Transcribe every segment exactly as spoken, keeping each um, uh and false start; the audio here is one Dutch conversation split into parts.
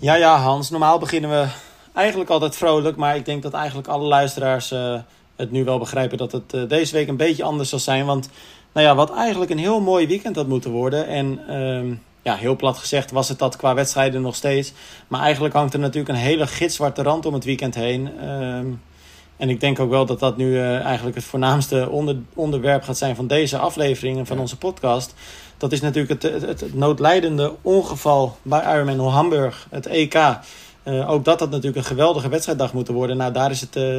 Ja, ja, Hans. Normaal beginnen we eigenlijk altijd vrolijk. Maar ik denk dat eigenlijk alle luisteraars uh, het nu wel begrijpen dat het uh, deze week een beetje anders zal zijn. Want nou ja, wat eigenlijk een heel mooi weekend had moeten worden. En uh, ja, heel plat gezegd was het dat qua wedstrijden nog steeds. Maar eigenlijk hangt er natuurlijk een hele gitzwarte rand om het weekend heen. Uh, en ik denk ook wel dat dat nu uh, eigenlijk het voornaamste onder, onderwerp gaat zijn van deze afleveringen van onze podcast. Dat is natuurlijk het, het, het noodlijdende ongeval bij Ironman Hamburg, het E K. Uh, ook dat had natuurlijk een geweldige wedstrijddag moeten worden. Nou, daar is het, uh,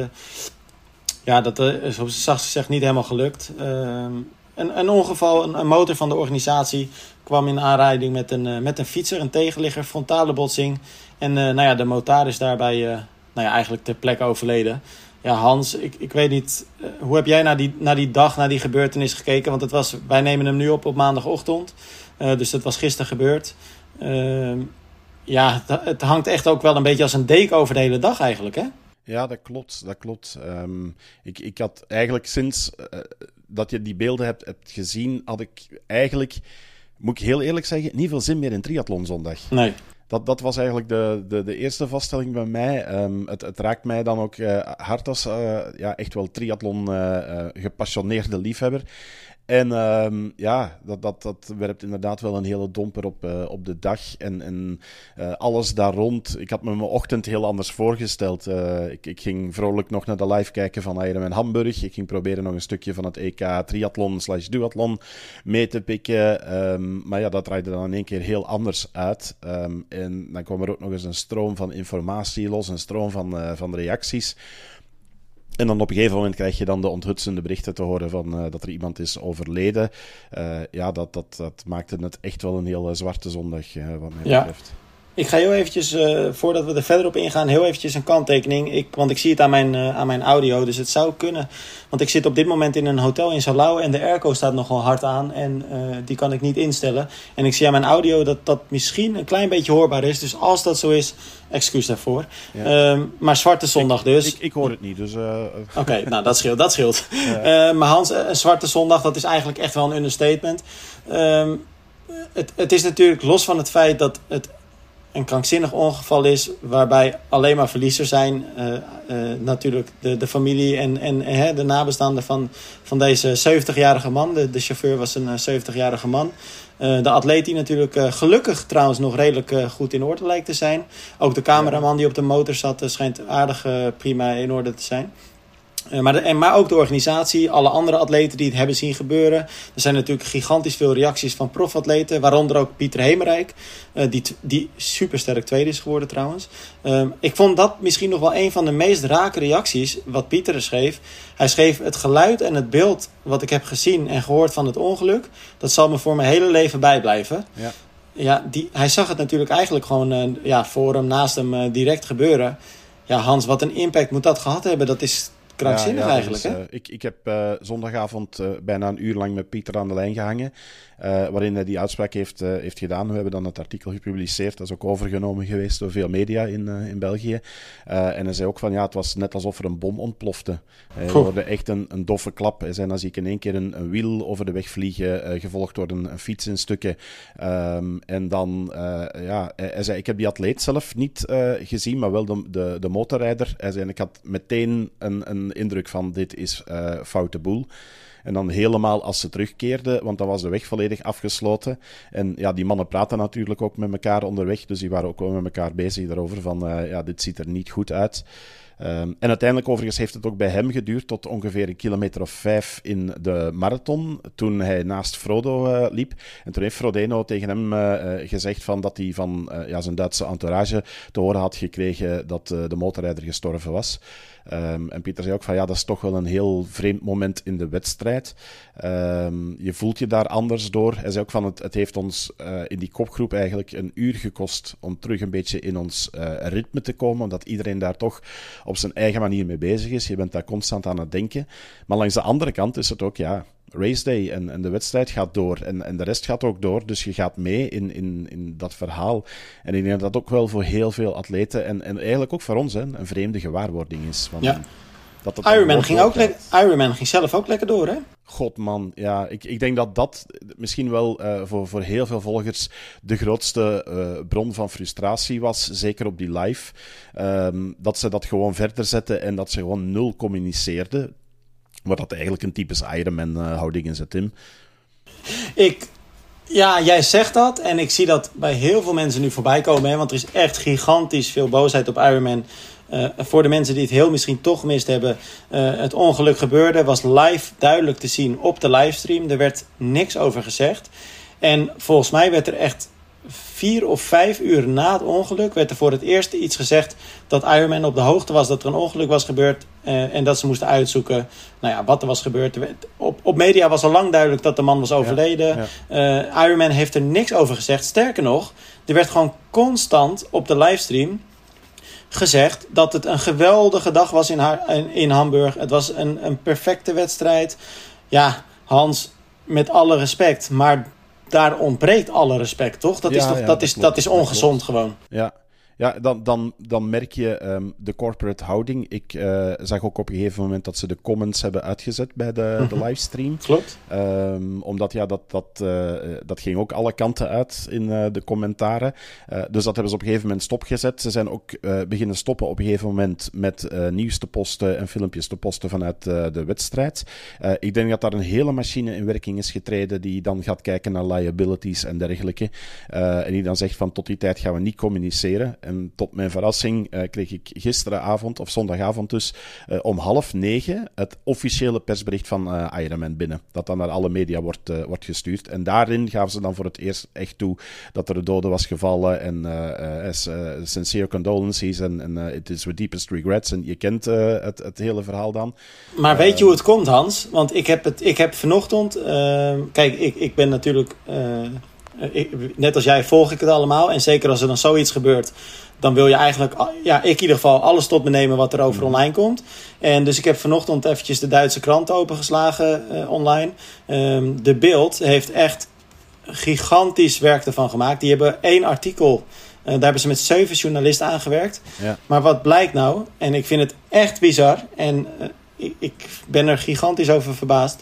ja, dat uh, zoals zacht gezegd niet helemaal gelukt. Uh, een, een ongeval, een, een motor van de organisatie kwam in aanrijding met een, uh, met een fietser, een tegenligger, frontale botsing. En uh, nou ja, de motar is daarbij uh, nou ja, eigenlijk ter plekke overleden. Ja, Hans, ik, ik weet niet, uh, hoe heb jij naar die, naar die dag, naar die gebeurtenis gekeken? Want het was, wij nemen hem nu op op maandagochtend, uh, dus dat was gisteren gebeurd. Uh, ja, het, het hangt echt ook wel een beetje als een deken over de hele dag eigenlijk, hè? Ja, dat klopt, dat klopt. Um, ik, ik had eigenlijk sinds uh, dat je die beelden hebt, hebt gezien, had ik eigenlijk, moet ik heel eerlijk zeggen, niet veel zin meer in triathlonzondag. Nee. Dat, dat was eigenlijk de, de, de eerste vaststelling bij mij. Um, het, het raakt mij dan ook uh, hard als uh, ja, echt wel triathlon uh, uh, gepassioneerde liefhebber. En um, ja, dat, dat, dat werpt inderdaad wel een hele domper op, uh, op de dag. En, en uh, alles daar rond. Ik had me mijn ochtend heel anders voorgesteld. Uh, ik, ik ging vrolijk nog naar de live kijken van Ironman Hamburg. Ik ging proberen nog een stukje van het E K triathlon slash duathlon mee te pikken. Um, maar ja, dat draaide dan in één keer heel anders uit. Um, en dan kwam er ook nog eens een stroom van informatie los. Een stroom van, uh, van reacties. En dan op een gegeven moment krijg je dan de onthutsende berichten te horen van uh, dat er iemand is overleden. Uh, ja, dat, dat, dat maakte het echt wel een heel uh, zwarte zondag, uh, wat mij ja. betreft. Ik ga heel eventjes, uh, voordat we er verder op ingaan, heel eventjes een kanttekening. Ik, want ik zie het aan mijn, uh, aan mijn audio, dus het zou kunnen. Want ik zit op dit moment in een hotel in Salau en de airco staat nogal hard aan. En uh, die kan ik niet instellen. En ik zie aan mijn audio dat dat misschien een klein beetje hoorbaar is. Dus als dat zo is, excuus daarvoor. Ja. Um, maar Zwarte Zondag dus. Ik, ik, ik hoor het niet, dus... Uh... Oké, okay, nou dat scheelt, dat scheelt. Ja. Uh, maar Hans, een Zwarte Zondag, dat is eigenlijk echt wel een understatement. Um, het, het is natuurlijk los van het feit dat het een krankzinnig ongeval is waarbij alleen maar verliezers zijn. Uh, uh, natuurlijk de, de familie en, en uh, de nabestaanden van, van deze zeventigjarige man. De, de chauffeur was een uh, zeventigjarige man. Uh, de atleet die natuurlijk uh, gelukkig trouwens nog redelijk uh, goed in orde lijkt te zijn. Ook de cameraman die op de motor zat uh, schijnt aardig uh, prima in orde te zijn. Uh, maar, de, en, maar ook de organisatie, alle andere atleten die het hebben zien gebeuren. Er zijn natuurlijk gigantisch veel reacties van profatleten, waaronder ook Pieter Hemerijk, uh, die, die supersterk tweede is geworden trouwens. Uh, ik vond dat misschien nog wel een van de meest rake reacties wat Pieter schreef. Hij schreef: het geluid en het beeld wat ik heb gezien en gehoord van het ongeluk, dat zal me voor mijn hele leven bijblijven. Ja. Ja, die, hij zag het natuurlijk eigenlijk gewoon uh, ja, voor hem, naast hem uh, direct gebeuren. Ja, Hans, wat een impact moet dat gehad hebben? Dat is krankzinnig ja, ja, eigenlijk, is, hè? Uh, ik, ik heb uh, zondagavond uh, bijna een uur lang met Pieter aan de lijn gehangen, uh, waarin hij die uitspraak heeft, uh, heeft gedaan. We hebben dan het artikel gepubliceerd. Dat is ook overgenomen geweest door veel media in, uh, in België. Uh, en hij zei ook van, ja, het was net alsof er een bom ontplofte. Hij hoorde echt een, een doffe klap. Hij zei, dan zie ik in één keer een, een wiel over de weg vliegen, uh, gevolgd door een, een fiets in stukken. Um, en dan, uh, ja, hij, hij zei, ik heb die atleet zelf niet uh, gezien, maar wel de, de, de motorrijder. Hij zei, ik had meteen een, een indruk van, dit is uh, foute boel. En dan helemaal als ze terugkeerden, want dan was de weg volledig afgesloten. En ja, die mannen praten natuurlijk ook met elkaar onderweg, dus die waren ook wel met elkaar bezig daarover van, uh, ja, dit ziet er niet goed uit. Um, en uiteindelijk overigens heeft het ook bij hem geduurd tot ongeveer een kilometer of vijf in de marathon, toen hij naast Frodo uh, liep. En toen heeft Frodeno tegen hem uh, gezegd van dat hij van uh, ja, zijn Duitse entourage te horen had gekregen dat uh, de motorrijder gestorven was. Um, en Pieter zei ook van, ja, dat is toch wel een heel vreemd moment in de wedstrijd. Um, je voelt je daar anders door. Hij zei ook van, het, het heeft ons uh, in die kopgroep eigenlijk een uur gekost om terug een beetje in ons uh, ritme te komen, omdat iedereen daar toch op zijn eigen manier mee bezig is. Je bent daar constant aan het denken. Maar langs de andere kant is het ook, ja, race day en, en de wedstrijd gaat door en, en de rest gaat ook door, dus je gaat mee in, in, in dat verhaal. En ik denk dat dat ook wel voor heel veel atleten en, en eigenlijk ook voor ons hè, een vreemde gewaarwording is. Van, ja. Dat het Ironman ging, ook le- Ironman ging zelf ook lekker door, hè? God man, ja, ik, ik denk dat dat misschien wel uh, voor, voor heel veel volgers de grootste uh, bron van frustratie was, zeker op die live. Um, dat ze dat gewoon verder zetten en dat ze gewoon nul communiceerden. Wat dat eigenlijk een typisch Ironman-houding is, Tim. Ik... Ja, jij zegt dat en ik zie dat bij heel veel mensen nu voorbij komen. Hè, want er is echt gigantisch veel boosheid op Ironman. Uh, voor de mensen die het heel misschien toch gemist hebben. Uh, het ongeluk gebeurde, was live duidelijk te zien op de livestream. Er werd niks over gezegd. En volgens mij werd er echt vier of vijf uur na het ongeluk... werd er voor het eerst iets gezegd dat Ironman op de hoogte was... dat er een ongeluk was gebeurd uh, en dat ze moesten uitzoeken nou ja, wat er was gebeurd. Op, op media was al lang duidelijk dat de man was overleden. Ja, ja. Uh, Ironman heeft er niks over gezegd. Sterker nog, er werd gewoon constant op de livestream... gezegd dat het een geweldige dag was in, haar, in, in Hamburg. Het was een, een perfecte wedstrijd. Ja, Hans, met alle respect, maar daar ontbreekt alle respect, toch? Dat, ja, is, toch, ja, dat, dat, is, klopt, dat is ongezond dat gewoon. Ja. Ja, dan, dan, dan merk je um, de corporate houding. Ik uh, zag ook op een gegeven moment dat ze de comments hebben uitgezet bij de, mm-hmm. de livestream. Klopt. Um, omdat ja, dat, dat, uh, dat ging ook alle kanten uit in uh, de commentaren. Uh, dus dat hebben ze op een gegeven moment stopgezet. Ze zijn ook uh, beginnen stoppen op een gegeven moment met uh, nieuws te posten en filmpjes te posten vanuit uh, de wedstrijd. Uh, ik denk dat daar een hele machine in werking is getreden die dan gaat kijken naar liabilities en dergelijke. Uh, en die dan zegt van tot die tijd gaan we niet communiceren. En tot mijn verrassing uh, kreeg ik gisteravond, of zondagavond dus, uh, om half negen het officiële persbericht van uh, Ironman binnen. Dat dan naar alle media wordt, uh, wordt gestuurd. En daarin gaven ze dan voor het eerst echt toe dat er een dode was gevallen. En uh, as, uh, sincere condolences en uh, it is with deepest regrets. En je kent uh, het, het hele verhaal dan. Maar weet uh, je hoe het komt, Hans? Want ik heb, het, ik heb vanochtend... Uh, kijk, ik, ik ben natuurlijk... Uh, Ik, net als jij volg ik het allemaal. En zeker als er dan zoiets gebeurt, dan wil je eigenlijk, ja, ik in ieder geval, alles tot me nemen wat er over mm. online komt. En dus ik heb vanochtend eventjes de Duitse krant opengeslagen uh, online. Um, de Bild heeft echt gigantisch werk ervan gemaakt. Die hebben één artikel, uh, daar hebben ze met zeven journalisten aangewerkt. Ja. Maar wat blijkt nou, en ik vind het echt bizar, en uh, ik, ik ben er gigantisch over verbaasd.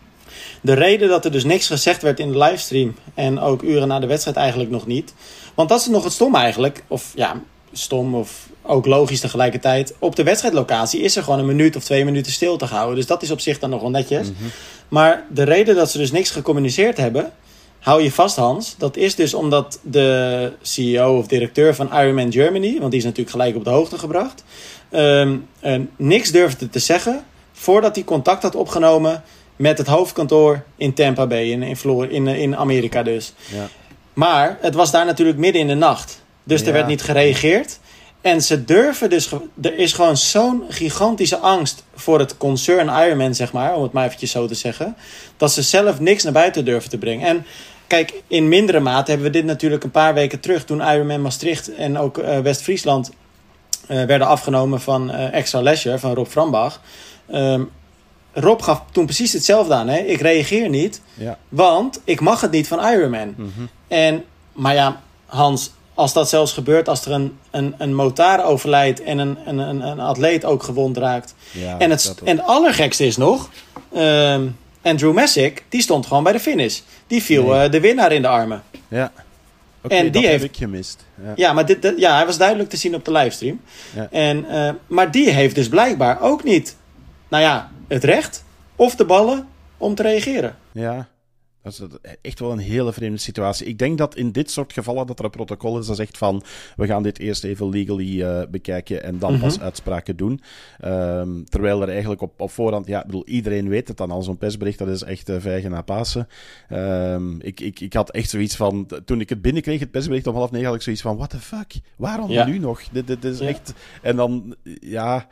De reden dat er dus niks gezegd werd in de livestream en ook uren na de wedstrijd eigenlijk nog niet. Want dat is nog het stom eigenlijk. Of ja, stom of ook logisch tegelijkertijd. Op de wedstrijdlocatie is er gewoon een minuut of twee minuten stil te houden. Dus dat is op zich dan nog wel netjes. Mm-hmm. Maar de reden dat ze dus niks gecommuniceerd hebben, hou je vast, Hans. Dat is dus omdat de C E O of directeur van Ironman Germany, want die is natuurlijk gelijk op de hoogte gebracht, um, uh, niks durfde te zeggen voordat hij contact had opgenomen met het hoofdkantoor in Tampa Bay, in, in, Flor- in, in Amerika dus. Ja. Maar het was daar natuurlijk midden in de nacht. Dus ja. er werd niet gereageerd. En ze durven dus... Ge- er is gewoon zo'n gigantische angst voor het concern Ironman, zeg maar, om het maar eventjes zo te zeggen, dat ze zelf niks naar buiten durven te brengen. En kijk, in mindere mate hebben we dit natuurlijk een paar weken terug, toen Ironman Maastricht en ook uh, West-Friesland uh, werden afgenomen van uh, Extra Leisure, van Rob Frambach. Um, Rob gaf toen precies hetzelfde aan. Hè? Ik reageer niet, ja. want ik mag het niet van Ironman. Mm-hmm. En, maar ja, Hans, als dat zelfs gebeurt, als er een, een, een motaar overlijdt en een, een, een, een atleet ook gewond raakt. Ja, en, het, en het allergekste is nog, um, Andrew Messick, die stond gewoon bij de finish. Die viel nee. uh, de winnaar in de armen. Ja. Okay, en die dat heeft, heb ik gemist. Ja, ja maar dit, dit, ja, hij was duidelijk te zien op de livestream. Ja. En, uh, maar die heeft dus blijkbaar ook niet, nou ja, het recht of de ballen om te reageren. Ja, dat is echt wel een hele vreemde situatie. Ik denk dat in dit soort gevallen dat er een protocol is dat zegt van, we gaan dit eerst even legally uh, bekijken en dan mm-hmm. pas uitspraken doen. Um, terwijl er eigenlijk op, op voorhand, ja, ik bedoel, iedereen weet het dan al, zo'n persbericht, dat is echt uh, vijgen na Pasen. Um, ik, ik, ik had echt zoiets van, toen ik het binnenkreeg, het persbericht om half negen, had ik zoiets van, what the fuck? Waarom ja. nu nog? Dit, dit is ja. echt... En dan, ja...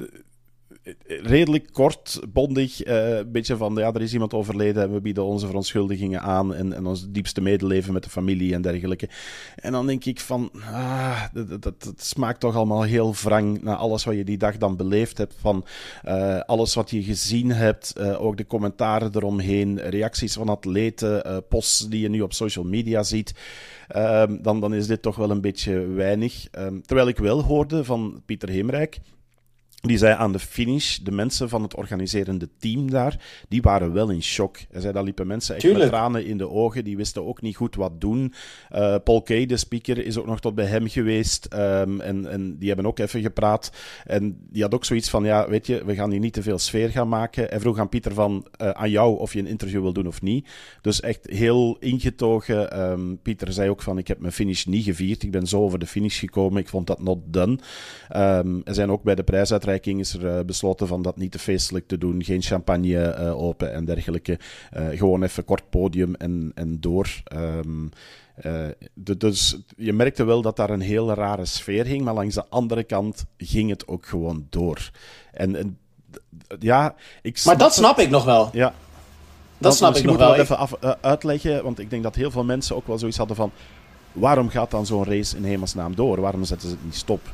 redelijk kort, bondig, uh, een beetje van, ja, er is iemand overleden en we bieden onze verontschuldigingen aan en, en ons diepste medeleven met de familie en dergelijke. En dan denk ik van, ah, dat, dat, dat smaakt toch allemaal heel wrang naar alles wat je die dag dan beleefd hebt, van uh, alles wat je gezien hebt, uh, ook de commentaren eromheen, reacties van atleten, uh, posts die je nu op social media ziet. Uh, dan, dan is dit toch wel een beetje weinig. Uh, terwijl ik wel hoorde van Pieter Heemrijk, Die zei aan de finish, de mensen van het organiserende team daar, die waren wel in shock. Hij zei, daar liepen mensen echt Tuurlijk. met tranen in de ogen, die wisten ook niet goed wat doen. Uh, Paul Kay, de speaker, is ook nog tot bij hem geweest um, en, en die hebben ook even gepraat. En die had ook zoiets van, ja, weet je, we gaan hier niet te veel sfeer gaan maken. Hij vroeg aan Pieter van, uh, aan jou of je een interview wil doen of niet. Dus echt heel ingetogen. Um, Pieter zei ook van, ik heb mijn finish niet gevierd. Ik ben zo over de finish gekomen. Ik vond dat not done. Um, er zijn ook bij de prijsuitreiking is er uh, besloten van dat niet te feestelijk te doen. Geen champagne uh, open en dergelijke. Uh, gewoon even kort podium en, en door. Um, uh, de, dus je merkte wel dat daar een hele rare sfeer hing, maar langs de andere kant ging het ook gewoon door. En, en ja, ik maar dat snap ik nog wel. Ja. Dat dan, snap ik nog wel. wel. Even af, uh, uitleggen, want ik denk dat heel veel mensen ook wel zoiets hadden van, waarom gaat dan zo'n race in hemelsnaam door? Waarom zetten ze het niet stop?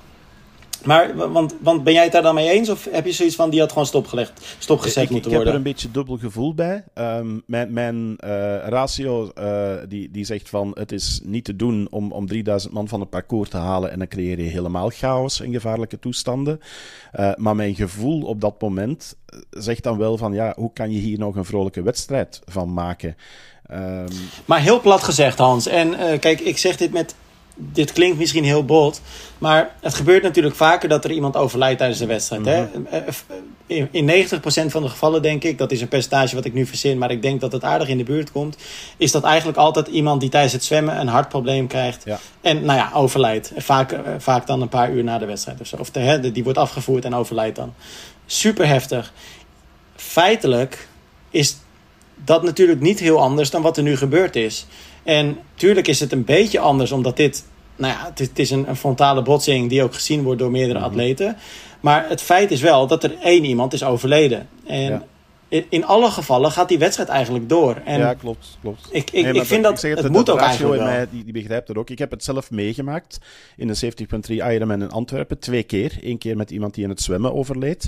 Maar, want, want ben jij het daar dan mee eens? Of heb je zoiets van, die had gewoon stopgelegd, stopgezet ik, moeten ik worden? Ik heb er een beetje dubbel gevoel bij. Um, mijn mijn uh, ratio uh, die, die zegt van, het is niet te doen om, om drieduizend man van het parcours te halen en dan creëer je helemaal chaos en gevaarlijke toestanden. Uh, maar mijn gevoel op dat moment zegt dan wel van, ja, hoe kan je hier nog een vrolijke wedstrijd van maken? Um... Maar heel plat gezegd, Hans. En uh, kijk, ik zeg dit met... Dit klinkt misschien heel bot, maar het gebeurt natuurlijk vaker dat er iemand overlijdt tijdens de wedstrijd. Mm-hmm. Hè? In, in negentig procent van de gevallen, denk ik, dat is een percentage wat ik nu verzin, maar ik denk dat het aardig in de buurt komt, is dat eigenlijk altijd iemand die tijdens het zwemmen een hartprobleem krijgt ja. en nou ja, overlijdt. Vaak, vaak dan een paar uur na de wedstrijd of zo. Of de, hè, die wordt afgevoerd en overlijdt dan. Super heftig. Feitelijk is dat natuurlijk niet heel anders dan wat er nu gebeurd is. En tuurlijk is het een beetje anders, omdat dit... Nou ja, het is, het is een, een frontale botsing die ook gezien wordt door meerdere mm-hmm. atleten. Maar het feit is wel dat er één iemand is overleden. En ja. in, in alle gevallen gaat die wedstrijd eigenlijk door. En ja, klopt. klopt. Ik, ik, nee, ik vind dat, ik het, het, het moet ook eigenlijk wel. Mij, die, die begrijpt het ook. Ik heb het zelf meegemaakt in de zeventig punt drie Ironman in Antwerpen. Twee keer. Eén keer met iemand die in het zwemmen overleed.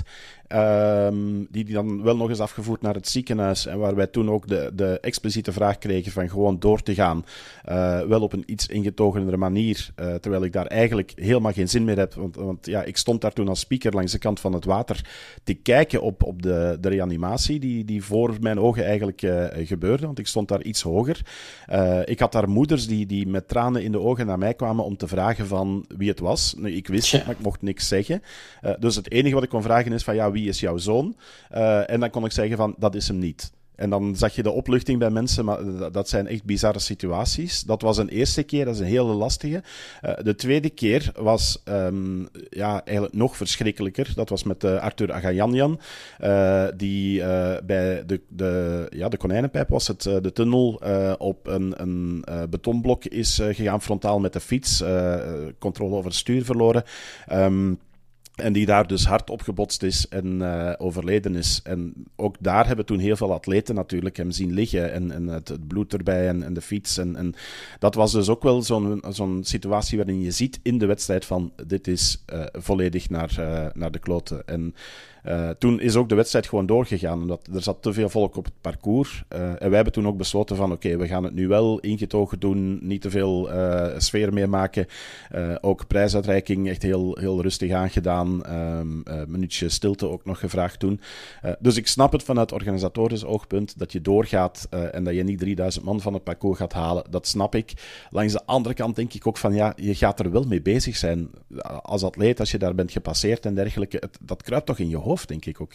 Um, die, die dan wel nog eens afgevoerd naar het ziekenhuis. En waar wij toen ook de, de expliciete vraag kregen van gewoon door te gaan. Uh, wel op een iets ingetogenere manier. Uh, terwijl ik daar eigenlijk helemaal geen zin meer heb. Want, want ja, ik stond daar toen als speaker langs de kant van het water te kijken op, op de, de reanimatie die, die voor mijn ogen eigenlijk uh, gebeurde. Want ik stond daar iets hoger. Uh, ik had daar moeders die, die met tranen in de ogen naar mij kwamen om te vragen van wie het was. Nu, ik wist het, maar ik mocht niks zeggen. Uh, dus het enige wat ik kon vragen is van ja, wie is jouw zoon? Uh, en dan kon ik zeggen van, dat is hem niet. En dan zag je de opluchting bij mensen, maar dat zijn echt bizarre situaties. Dat was een eerste keer, dat is een hele lastige. Uh, de tweede keer was um, ja, eigenlijk nog verschrikkelijker. Dat was met uh, Arthur Agayanyan, uh, die uh, bij de, de, ja, de konijnenpijp was het, uh, de tunnel uh, op een, een uh, betonblok is uh, gegaan, frontaal met de fiets. Uh, controle over het stuur verloren. Um, En die daar dus hard op gebotst is en uh, overleden is. En ook daar hebben toen heel veel atleten natuurlijk hem zien liggen. En, en het, het bloed erbij en, en de fiets. En, en dat was dus ook wel zo'n, zo'n situatie waarin je ziet in de wedstrijd van dit is uh, volledig naar, uh, naar de kloten. En uh, toen is ook de wedstrijd gewoon doorgegaan. Omdat er zat te veel volk op het parcours. Uh, en wij hebben toen ook besloten van oké, okay, we gaan het nu wel ingetogen doen. Niet te veel uh, sfeer meer maken. Uh, ook prijsuitreiking echt heel, heel rustig aangedaan. Um, uh, een minuutje stilte ook nog gevraagd toen. Uh, dus ik snap het vanuit organisatorisch oogpunt dat je doorgaat uh, en dat je niet drieduizend man van het parcours gaat halen. Dat snap ik. Langs de andere kant denk ik ook van ja, je gaat er wel mee bezig zijn. Als atleet, als je daar bent gepasseerd en dergelijke, het, dat kruipt toch in je hoofd, denk ik ook.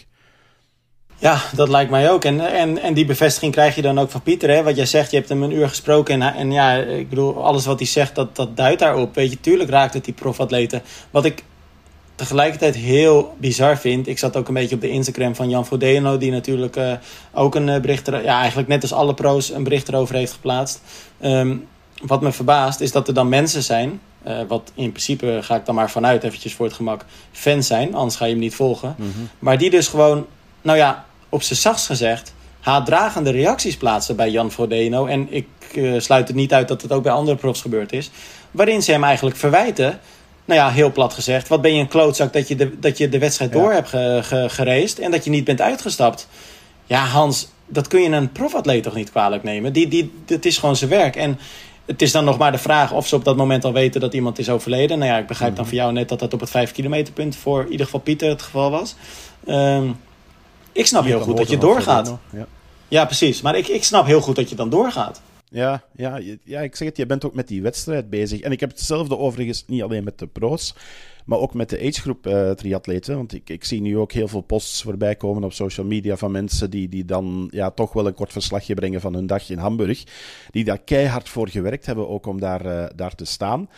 Ja, dat lijkt mij ook. En, en, en die bevestiging krijg je dan ook van Pieter. Hè? Wat jij zegt, je hebt hem een uur gesproken. En, en ja, ik bedoel, alles wat hij zegt, dat, dat duidt daarop. Weet je, tuurlijk raakt het die profatleten. Wat ik tegelijkertijd heel bizar vind. Ik zat ook een beetje op de Instagram van Jan Frodeno, die natuurlijk uh, ook een uh, bericht er, ja, eigenlijk net als alle pro's een bericht erover heeft geplaatst. Um, wat me verbaast is dat er dan mensen zijn, uh, wat in principe ga ik dan maar vanuit, eventjes voor het gemak, fans zijn, anders ga je hem niet volgen. Mm-hmm. Maar die dus gewoon, nou ja, op z'n zachtst gezegd, haatdragende reacties plaatsen bij Jan Frodeno. En ik uh, sluit het niet uit dat het ook bij andere profs gebeurd is. Waarin ze hem eigenlijk verwijten, nou ja, heel plat gezegd, wat ben je een klootzak dat je de, dat je de wedstrijd ja. door hebt ge, ge, geraced en dat je niet bent uitgestapt. Ja, Hans, dat kun je een profatleet toch niet kwalijk nemen? Die, die, dat is gewoon zijn werk. En het is dan nog maar de vraag of ze op dat moment al weten dat iemand is overleden. Nou ja, ik begrijp dan Mm-hmm. van jou net dat dat op het vijf kilometer punt voor in ieder geval Pieter het geval was. Um, ik snap heel goed dat je doorgaat. Ja. ja, precies. Maar ik, ik snap heel goed dat je dan doorgaat. Ja, ja, ja, ik zeg het, je bent ook met die wedstrijd bezig. En ik heb hetzelfde overigens, niet alleen met de pro's, maar ook met de agegroep uh, triatleten. Want ik, ik zie nu ook heel veel posts voorbij komen op social media van mensen die, die dan ja, toch wel een kort verslagje brengen van hun dag in Hamburg. Die daar keihard voor gewerkt hebben, ook om daar, uh, daar te staan.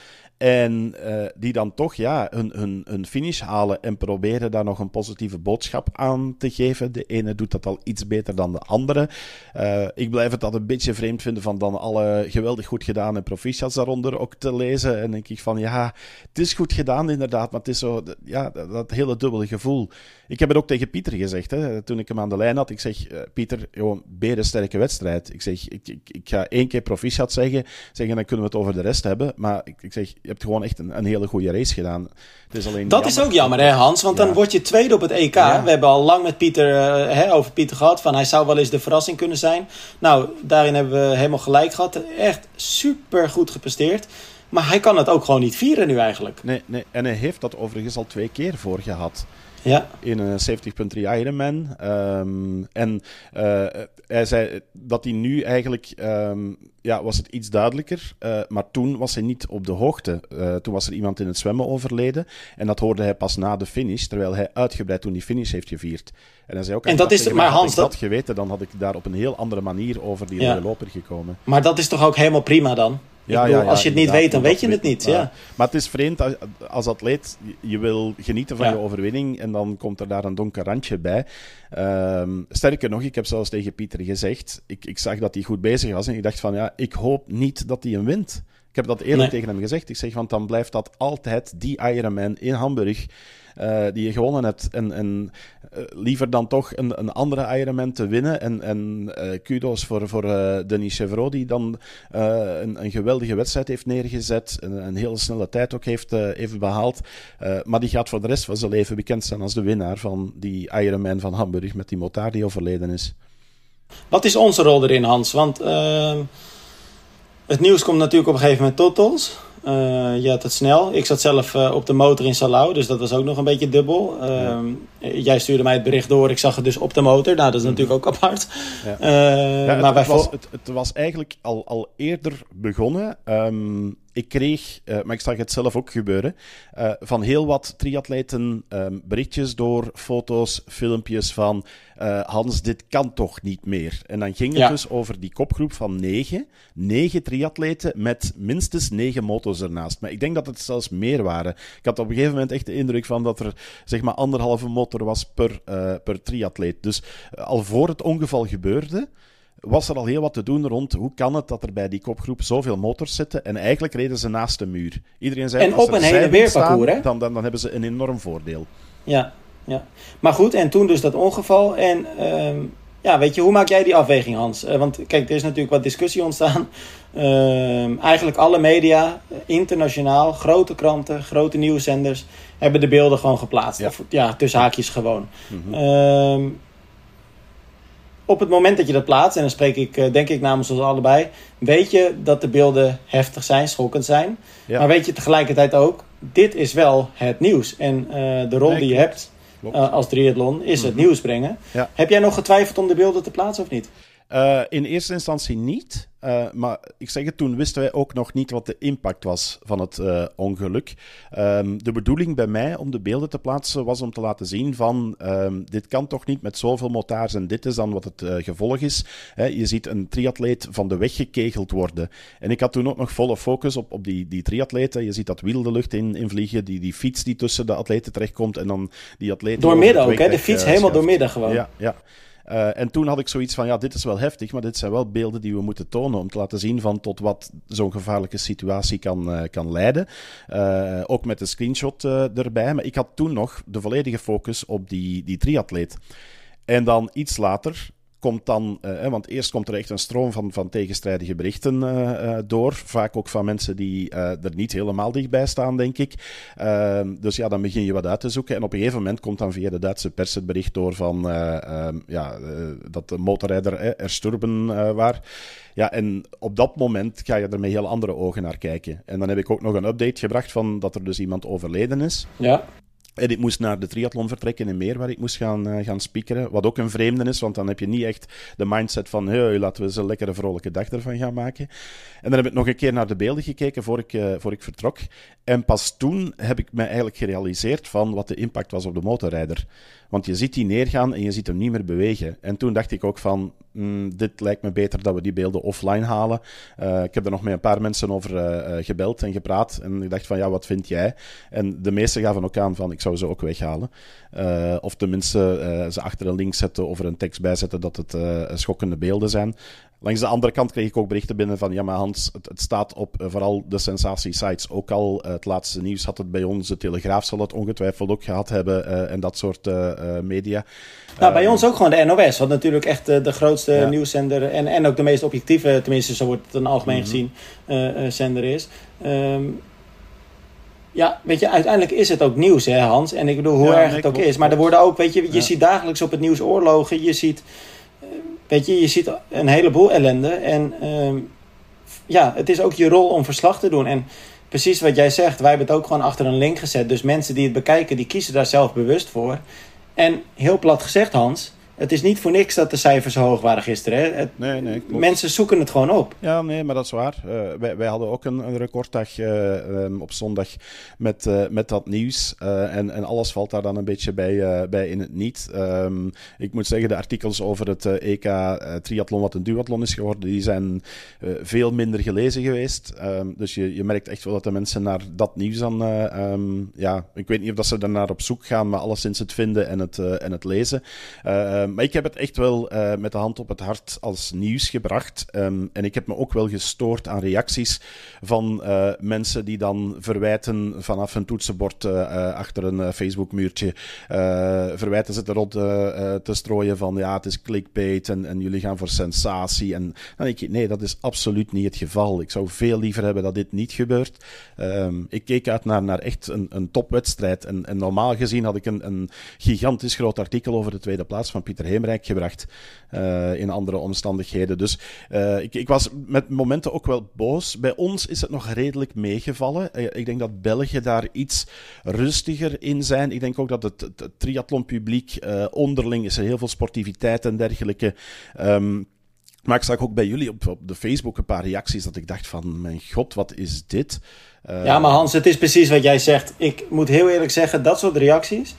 En uh, die dan toch ja, hun, hun, hun finish halen en proberen daar nog een positieve boodschap aan te geven. De ene doet dat al iets beter dan de andere. Uh, ik blijf het altijd een beetje vreemd vinden van dan alle geweldig goed gedaan en proficiats daaronder ook te lezen. En denk ik van ja, het is goed gedaan inderdaad, maar het is zo, ja, dat, dat hele dubbele gevoel. Ik heb het ook tegen Pieter gezegd, hè, toen ik hem aan de lijn had. Ik zeg, uh, Pieter, gewoon berensterke wedstrijd. Ik zeg, ik, ik, ik ga één keer proficiat zeggen, zeggen, dan kunnen we het over de rest hebben. Maar ik, ik zeg, je hebt gewoon echt een, een hele goede race gedaan. Het is alleen dat jammer. is ook jammer, hè Hans? Want ja. dan word je tweede op het E K. Ja. We hebben al lang met Pieter uh, hè, over Pieter gehad. Van hij zou wel eens de verrassing kunnen zijn. Nou, daarin hebben we helemaal gelijk gehad. Echt super goed gepresteerd. Maar hij kan het ook gewoon niet vieren nu eigenlijk. Nee, nee. En hij heeft dat overigens al twee keer voor gehad. Ja. In een zeventig punt drie Ironman. Um, en uh, hij zei dat hij nu eigenlijk... Um, ja, was het iets duidelijker. Uh, maar toen was hij niet op de hoogte. Uh, toen was er iemand in het zwemmen overleden. En dat hoorde hij pas na de finish. Terwijl hij uitgebreid toen die finish heeft gevierd. En hij zei ook... En dat is, maar Hans, had ik dat geweten, dan had ik daar op een heel andere manier over die ja. loper gekomen. Maar dat is toch ook helemaal prima dan? Ja, bedoel, ja, ja, als je het niet weet, dan weet je het niet. Maar, ja. maar het is vreemd, als, als atleet, je wil genieten van ja. je overwinning en dan komt er daar een donker randje bij. Um, sterker nog, ik heb zelfs tegen Pieter gezegd, ik, ik zag dat hij goed bezig was en ik dacht van, ja, ik hoop niet dat hij hem wint. Ik heb dat eerlijk nee. tegen hem gezegd. Ik zeg, want dan blijft dat altijd die Ironman in Hamburg Uh, die je gewonnen hebt. En, en uh, liever dan toch een, een andere Ironman te winnen. En, en uh, kudos voor, voor uh, Denis Chevreau, die dan uh, een, een geweldige wedstrijd heeft neergezet. Een, een hele snelle tijd ook heeft, uh, heeft behaald. Uh, maar die gaat voor de rest van zijn leven bekend staan als de winnaar van die Ironman van Hamburg met die motaar die overleden is. Wat is onze rol erin, Hans? Want uh, het nieuws komt natuurlijk op een gegeven moment tot ons. Uh, je had het snel. Ik zat zelf uh, op de motor in Salau, dus dat was ook nog een beetje dubbel. Uh, ja. Jij stuurde mij het bericht door, ik zag het dus op de motor. Nou, dat is natuurlijk ook apart. Ja. Uh, ja, het, maar het, vo- was, het, het was eigenlijk al, al eerder begonnen. Um, ik kreeg, uh, maar ik zag het zelf ook gebeuren, uh, van heel wat triatleten um, berichtjes door, foto's, filmpjes van uh, Hans, dit kan toch niet meer. En dan ging het ja. dus over die kopgroep van negen, negen triatleten met minstens negen moto's ernaast. Maar ik denk dat het zelfs meer waren. Ik had op een gegeven moment echt de indruk van dat er zeg maar anderhalve motor was per, uh, per triatleet. Dus uh, al voor het ongeval gebeurde, was er al heel wat te doen rond hoe kan het dat er bij die kopgroep zoveel motors zitten. En eigenlijk reden ze naast de muur. Iedereen zei, en op een heen en weer parcours, hè? Dan, dan, dan hebben ze een enorm voordeel. Ja, ja. Maar goed, en toen dus dat ongeval. En um, ja, weet je, hoe maak jij die afweging, Hans? Uh, want kijk, er is natuurlijk wat discussie ontstaan. Uh, eigenlijk alle media, internationaal, grote kranten, grote nieuwszenders, hebben de beelden gewoon geplaatst. Ja, of, ja tussen haakjes gewoon. Mm-hmm. Uh, op het moment dat je dat plaatst, en dan spreek ik denk ik namens ons allebei, weet je dat de beelden heftig zijn, schokkend zijn. Ja. Maar weet je tegelijkertijd ook, dit is wel het nieuws. En uh, de rol nee, die je hebt uh, als triathlon is mm-hmm. het nieuws brengen. Ja. Heb jij nog getwijfeld om de beelden te plaatsen of niet? Uh, in eerste instantie niet. Uh, maar ik zeg het, toen wisten wij ook nog niet wat de impact was van het uh, ongeluk. Um, de bedoeling bij mij om de beelden te plaatsen was om te laten zien van um, dit kan toch niet met zoveel motards en dit is dan wat het uh, gevolg is. He, je ziet een triatleet van de weg gekegeld worden. En ik had toen ook nog volle focus op, op die, die triatleten. Je ziet dat wiel de lucht in, in vliegen, die, die fiets die tussen de atleten terechtkomt en dan die atleten... Door midden ook, hè? De fiets uh, helemaal door midden gewoon. Ja, ja. Uh, en toen had ik zoiets van, ja, dit is wel heftig, maar dit zijn wel beelden die we moeten tonen om te laten zien van tot wat zo'n gevaarlijke situatie kan, uh, kan leiden. Uh, ook met een screenshot uh, erbij. Maar ik had toen nog de volledige focus op die, die triatleet. En dan iets later komt dan... Uh, want eerst komt er echt een stroom van, van tegenstrijdige berichten uh, uh, door. Vaak ook van mensen die uh, er niet helemaal dichtbij staan, denk ik. Uh, dus ja, dan begin je wat uit te zoeken. En op een gegeven moment komt dan via de Duitse pers het bericht door van... Uh, uh, ja, uh, dat de motorrijder uh, er sturben uh, waar. Ja, en op dat moment ga je er met heel andere ogen naar kijken. En dan heb ik ook nog een update gebracht van dat er dus iemand overleden is. Ja. En ik moest naar de triathlon vertrekken in Meer, waar ik moest gaan, uh, gaan speakeren. Wat ook een vreemde is, want dan heb je niet echt de mindset van... Hey, laten we eens een lekkere vrolijke dag ervan gaan maken. En dan heb ik nog een keer naar de beelden gekeken voor ik, uh, voor ik vertrok. En pas toen heb ik me eigenlijk gerealiseerd van wat de impact was op de motorrijder. Want je ziet die neergaan en je ziet hem niet meer bewegen. En toen dacht ik ook van... Mm, dit lijkt me beter dat we die beelden offline halen. Uh, ik heb er nog met een paar mensen over uh, uh, gebeld en gepraat. En ik dacht van, ja, wat vind jij? En de meesten gaven ook aan van, ik zou ze ook weghalen. Uh, of tenminste uh, ze achter een link zetten of er een tekst bij zetten dat het uh, schokkende beelden zijn. Langs de andere kant kreeg ik ook berichten binnen van... Ja, maar Hans, het, het staat op uh, vooral de sensatie-sites. Ook al uh, het laatste nieuws had het bij ons. De Telegraaf zal het ongetwijfeld ook gehad hebben. Uh, en dat soort uh, uh, media. Nou, bij uh, ons ook gewoon de N O S. Wat natuurlijk echt uh, de grootste ja. nieuwszender... En, en ook de meest objectieve, tenminste zo wordt het in algemeen mm-hmm. gezien... Uh, uh, zender is. Um, ja, weet je, uiteindelijk is het ook nieuws, hè Hans? En ik bedoel, hoe ja, erg nee, het ook klopt, is. Maar klopt. Er worden ook, weet je... Je ja. ziet dagelijks op het nieuws oorlogen. Je ziet... Weet je, je ziet een heleboel ellende en um, ja, het is ook je rol om verslag te doen. En precies wat jij zegt, wij hebben het ook gewoon achter een link gezet. Dus mensen die het bekijken, die kiezen daar zelf bewust voor. En heel plat gezegd, Hans, het is niet voor niks dat de cijfers zo hoog waren gisteren. Hè? Het, nee, nee, klopt. Mensen zoeken het gewoon op. Ja, nee, maar dat is waar. Uh, wij, wij hadden ook een, een recorddag uh, um, op zondag met, uh, met dat nieuws. Uh, en, en alles valt daar dan een beetje bij, uh, bij in het niet. Um, ik moet zeggen, de artikels over het uh, E K uh, triathlon, wat een duathlon is geworden, die zijn uh, veel minder gelezen geweest. Um, dus je, je merkt echt wel dat de mensen naar dat nieuws dan... Uh, um, ja, ik weet niet of dat ze daarnaar op zoek gaan, maar alleszins het vinden en het, uh, en het lezen. Uh, Maar ik heb het echt wel uh, met de hand op het hart als nieuws gebracht. Um, en ik heb me ook wel gestoord aan reacties van uh, mensen die dan verwijten vanaf een toetsenbord uh, uh, achter een uh, Facebook-muurtje. Uh, verwijten ze er rond uh, uh, te strooien van ja, het is clickbait en, en jullie gaan voor sensatie. En dan denk ik, nee, dat is absoluut niet het geval. Ik zou veel liever hebben dat dit niet gebeurt. Um, ik keek uit naar, naar echt een, een topwedstrijd. En, en normaal gezien had ik een, een gigantisch groot artikel over de tweede plaats van Pieter Heemrijk gebracht uh, in andere omstandigheden. Dus uh, ik, ik was met momenten ook wel boos. Bij ons is het nog redelijk meegevallen. Uh, ik denk dat België daar iets rustiger in zijn. Ik denk ook dat het, het, het triathlonpubliek uh, onderling is er heel veel sportiviteit en dergelijke. Um, maar ik zag ook bij jullie op, op de Facebook een paar reacties dat ik dacht van, mijn god, wat is dit? Uh, ja, maar Hans, het is precies wat jij zegt. Ik moet heel eerlijk zeggen, dat soort reacties...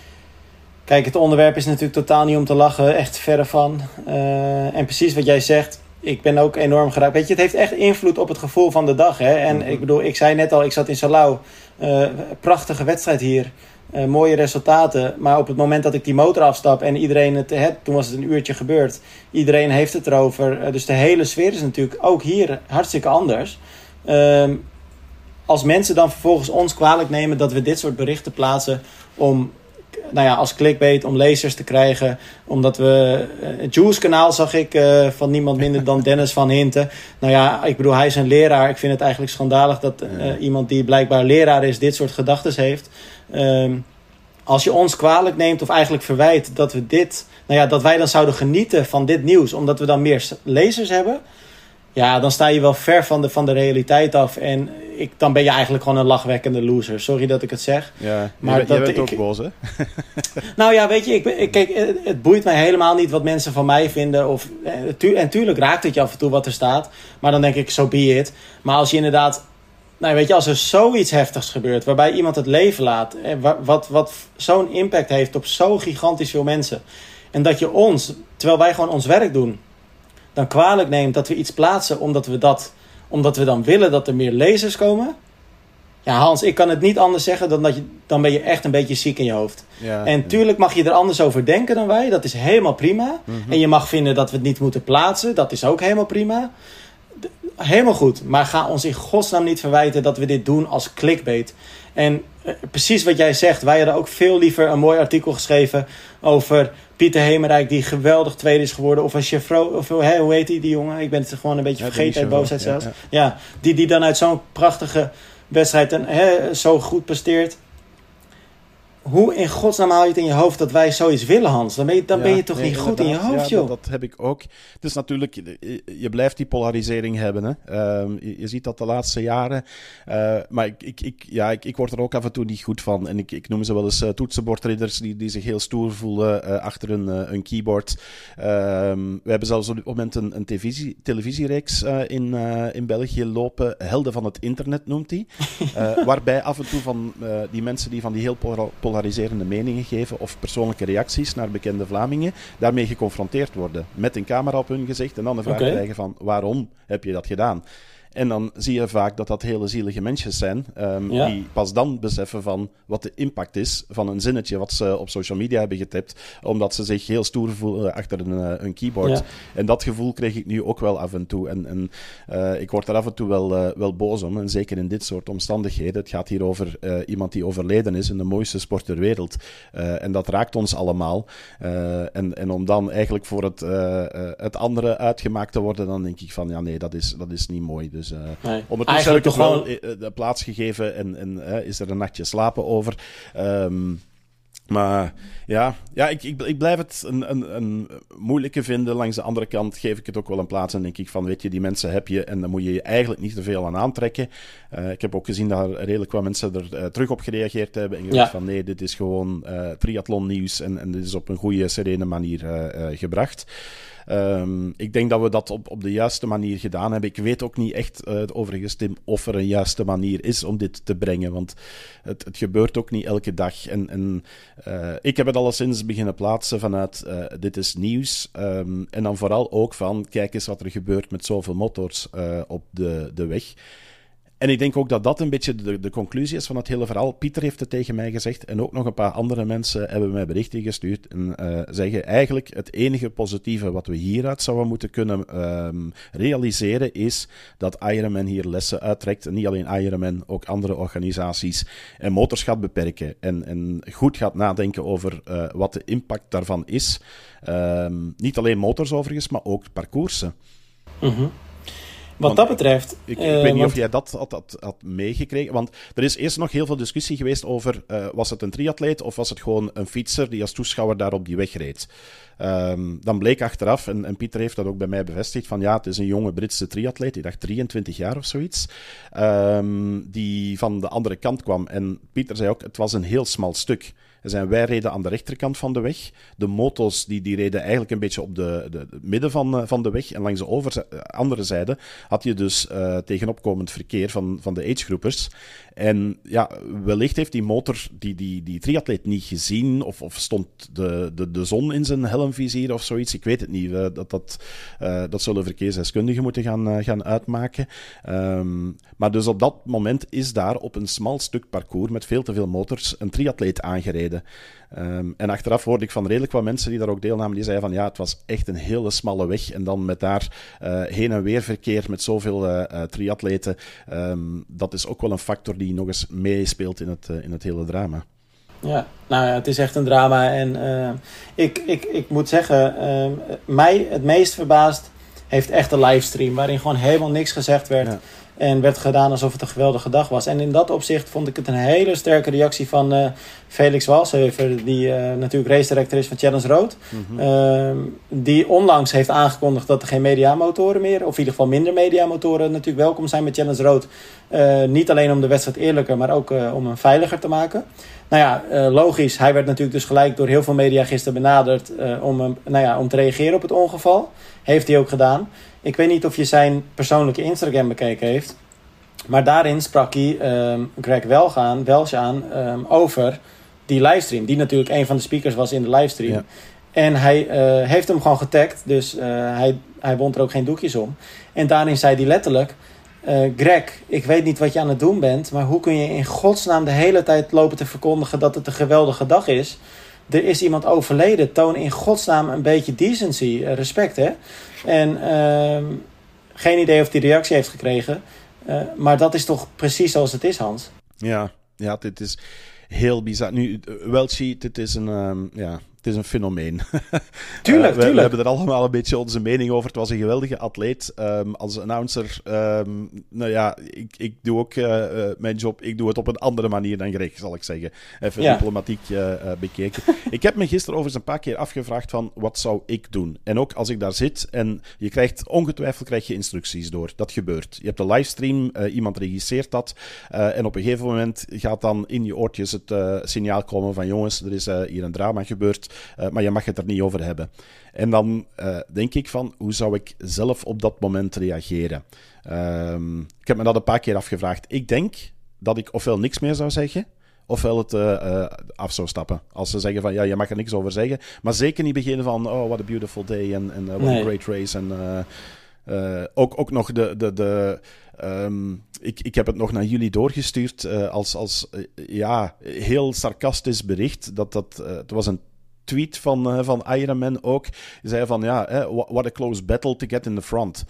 Kijk, het onderwerp is natuurlijk totaal niet om te lachen. Echt verre van. Uh, en precies wat jij zegt. Ik ben ook enorm geraakt. Weet je, het heeft echt invloed op het gevoel van de dag. Hè? En mm-hmm. ik bedoel, ik zei net al, ik zat in Salau. Uh, prachtige wedstrijd hier. Uh, mooie resultaten. Maar op het moment dat ik die motor afstap en iedereen het... Hè, toen was het een uurtje gebeurd. Iedereen heeft het erover. Uh, dus de hele sfeer is natuurlijk ook hier hartstikke anders. Uh, als mensen dan vervolgens ons kwalijk nemen dat we dit soort berichten plaatsen om... Nou ja, als clickbait om lezers te krijgen. Omdat we... Uh, het Juice-kanaal zag ik uh, van niemand minder dan Dennis van Hinten. Nou ja, ik bedoel, hij is een leraar. Ik vind het eigenlijk schandalig dat uh, ja. iemand die blijkbaar leraar is... dit soort gedachtes heeft. Um, als je ons kwalijk neemt of eigenlijk verwijt dat we dit... Nou ja, dat wij dan zouden genieten van dit nieuws... omdat we dan meer lezers hebben... Ja, dan sta je wel ver van de, van de realiteit af. En ik, dan ben je eigenlijk gewoon een lachwekkende loser. Sorry dat ik het zeg. Ja, maar je, dat, je bent ik, ook boos, hè? Nou ja, weet je, ik, ik, kijk, het, het boeit mij helemaal niet wat mensen van mij vinden. Of, tu, en tuurlijk raakt het je af en toe wat er staat. Maar dan denk ik, so be it. Maar als je inderdaad... Nou, weet je, als er zoiets heftigs gebeurt... waarbij iemand het leven laat... Wat, wat, wat zo'n impact heeft op zo gigantisch veel mensen... en dat je ons, terwijl wij gewoon ons werk doen... dan kwalijk neemt dat we iets plaatsen omdat we, dat, omdat we dan willen dat er meer lezers komen. Ja, Hans, ik kan het niet anders zeggen dan dat je, dan ben je echt een beetje ziek in je hoofd. Ja, en tuurlijk mag je er anders over denken dan wij, dat is helemaal prima. Mm-hmm. En je mag vinden dat we het niet moeten plaatsen, dat is ook helemaal prima. helemaal goed. Maar ga ons in godsnaam niet verwijten dat we dit doen als clickbait. En uh, precies wat jij zegt. Wij hadden ook veel liever een mooi artikel geschreven over Pieter Hemerijk, die geweldig tweede is geworden. Of een Chevrolet, of hè, hoe heet die, die jongen? Ik ben het gewoon een beetje ja, vergeten uit boosheid zelfs. Ja, ja. ja, die, die dan uit zo'n prachtige wedstrijd en, hè, zo goed presteert. Hoe in godsnaam haal je het in je hoofd dat wij zoiets willen, Hans? Dan ben je, dan ja, ben je toch nee, niet goed in je hoofd, ja, joh? Dat, dat heb ik ook. Het is natuurlijk, je, je blijft die polarisering hebben. Hè? Um, je, je ziet dat de laatste jaren. Uh, maar ik, ik, ik, ja, ik, ik word er ook af en toe niet goed van. En ik, ik noem ze wel eens uh, toetsenbordridders die, die zich heel stoer voelen uh, achter een, uh, een keyboard. Um, we hebben zelfs op dit moment een, een televisie, televisiereeks uh, in, uh, in België lopen. Helden van het internet noemt die. Uh, waarbij af en toe van uh, die mensen die van die heel polariserende polariserende meningen geven of persoonlijke reacties naar bekende Vlamingen, daarmee geconfronteerd worden. Met een camera op hun gezicht en dan de vraag okay. krijgen van waarom heb je dat gedaan? En dan zie je vaak dat dat hele zielige mensen zijn, um, ja. die pas dan beseffen van wat de impact is van een zinnetje wat ze op social media hebben getipt, omdat ze zich heel stoer voelen achter een, uh, een keyboard. Ja. En dat gevoel kreeg ik nu ook wel af en toe. En, en uh, ik word er af en toe wel, uh, wel boos om, en zeker in dit soort omstandigheden. Het gaat hier over uh, iemand die overleden is in de mooiste sport ter wereld. Uh, en dat raakt ons allemaal. Uh, en, en om dan eigenlijk voor het, uh, uh, het andere uitgemaakt te worden, dan denk ik van, ja nee, dat is, dat is niet mooi. Dus Dus, uh, nee, ondertussen heb ik toch wel gewoon de plaats gegeven en, en uh, is er een nachtje slapen over. Um, maar ja, ja ik, ik, ik blijf het een, een, een moeilijke vinden. Langs de andere kant geef ik het ook wel een plaats en denk ik van, weet je, die mensen heb je en dan moet je je eigenlijk niet te veel aan aantrekken. Uh, ik heb ook gezien dat er redelijk wat mensen er uh, terug op gereageerd hebben en gezegd ja. van nee, dit is gewoon uh, triathlon nieuws en, en dit is op een goede, serene manier uh, uh, gebracht. Um, ik denk dat we dat op, op de juiste manier gedaan hebben. Ik weet ook niet echt, uh, overigens, Tim, of er een juiste manier is om dit te brengen. Want het, het gebeurt ook niet elke dag. En, en uh, ik heb het alleszins beginnen plaatsen vanuit uh, dit is nieuws. Um, en dan vooral ook van, kijk eens wat er gebeurt met zoveel motors uh, op de, de weg. En ik denk ook dat dat een beetje de, de conclusie is van het hele verhaal. Pieter heeft het tegen mij gezegd en ook nog een paar andere mensen hebben mij berichten gestuurd en uh, zeggen eigenlijk het enige positieve wat we hieruit zouden moeten kunnen um, realiseren is dat Ironman hier lessen uittrekt. En niet alleen Ironman, ook andere organisaties en motors gaat beperken en, en goed gaat nadenken over uh, wat de impact daarvan is. Um, niet alleen motors overigens, maar ook parcoursen. Mm-hmm. Wat want dat betreft... Ik, ik uh, weet niet want... of jij dat had, had, had meegekregen. Want er is eerst nog heel veel discussie geweest over... Uh, was het een triatleet of was het gewoon een fietser die als toeschouwer daar op die weg reed? Um, dan bleek achteraf, en, en Pieter heeft dat ook bij mij bevestigd, van ja, het is een jonge Britse triatleet, ik dacht drieëntwintig jaar of zoiets, um, die van de andere kant kwam. En Pieter zei ook, het was een heel smal stuk. Er zijn wij reden aan de rechterkant van de weg. De moto's die, die reden eigenlijk een beetje op de, de, de midden van, uh, van de weg. En langs de over, uh, andere zijde had je dus uh, tegenopkomend verkeer van, van de agegroepers. En ja, wellicht heeft die motor die, die, die triatleet niet gezien of, of stond de, de, de zon in zijn helmvizier of zoiets. Ik weet het niet. Uh, dat, dat, uh, dat zullen verkeersdeskundigen moeten gaan, uh, gaan uitmaken. Um, maar dus op dat moment is daar op een smal stuk parcours met veel te veel motors een triatleet aangereden. Um, en achteraf hoorde ik van redelijk wat mensen die daar ook deelnamen, die zeiden van ja, het was echt een hele smalle weg en dan met daar uh, heen en weer verkeer met zoveel uh, uh, triatleten. Um, dat is ook wel een factor die nog eens meespeelt in het, uh, in het hele drama. Ja, nou ja, het is echt een drama en uh, ik, ik, ik moet zeggen, uh, mij het meest verbaasd heeft echt de livestream, waarin gewoon helemaal niks gezegd werd. Ja. En werd gedaan alsof het een geweldige dag was. En in dat opzicht vond ik het een hele sterke reactie van uh, Felix Walsheuvel, die uh, natuurlijk race director is van Challenge Road. Mm-hmm. Uh, die onlangs heeft aangekondigd dat er geen mediamotoren meer, of in ieder geval minder mediamotoren natuurlijk welkom zijn met Challenge Road. Uh, niet alleen om de wedstrijd eerlijker, maar ook uh, om hem veiliger te maken. Nou ja, uh, logisch. Hij werd natuurlijk dus gelijk door heel veel media gisteren benaderd uh, om, um, nou ja, om te reageren op het ongeval. Heeft hij ook gedaan. Ik weet niet of je zijn persoonlijke Instagram bekeken heeft. Maar daarin sprak hij um, Greg Welch aan, Welch aan um, over die livestream. Die natuurlijk een van de speakers was in de livestream. Ja. En hij uh, heeft hem gewoon getagd. Dus uh, hij, hij wond er ook geen doekjes om. En daarin zei hij letterlijk... Uh, Greg, ik weet niet wat je aan het doen bent... maar hoe kun je in godsnaam de hele tijd lopen te verkondigen... dat het een geweldige dag is... Er is iemand overleden. Toon in godsnaam een beetje decency, respect, hè. En uh, geen idee of hij reactie heeft gekregen. Uh, maar dat is toch precies zoals het is, Hans? Ja, ja, dit is heel bizar. Nu, Welchi, dit is een... Um, ja... Het is een fenomeen. Tuurlijk, uh, we, tuurlijk. we hebben er allemaal een beetje onze mening over. Het was een geweldige atleet. Um, als announcer, um, nou ja, ik, ik doe ook uh, uh, mijn job. Ik doe het op een andere manier dan Greg, zal ik zeggen. Even ja. diplomatiek uh, uh, bekeken. Ik heb me gisteren overigens een paar keer afgevraagd van, wat zou ik doen? En ook als ik daar zit en je krijgt, ongetwijfeld krijg je instructies door. Dat gebeurt. Je hebt een livestream, uh, iemand regisseert dat. Uh, en op een gegeven moment gaat dan in je oortjes het uh, signaal komen van, jongens, er is uh, hier een drama gebeurd. Uh, maar je mag het er niet over hebben. En dan uh, denk ik van, hoe zou ik zelf op dat moment reageren? Um, ik heb me dat een paar keer afgevraagd. Ik denk dat ik ofwel niks meer zou zeggen, ofwel het uh, uh, af zou stappen. Als ze zeggen van, ja, je mag er niks over zeggen. Maar zeker niet beginnen van, oh, what a beautiful day en uh, what nee. a great race. En uh, uh, ook, ook nog de... de, de um, ik, ik heb het nog naar jullie doorgestuurd uh, als, als uh, ja, heel sarcastisch bericht. Dat, dat, uh, het was een tweet van, uh, van Ironman ook. Die zei van, ja, eh, what a close battle to get in the front.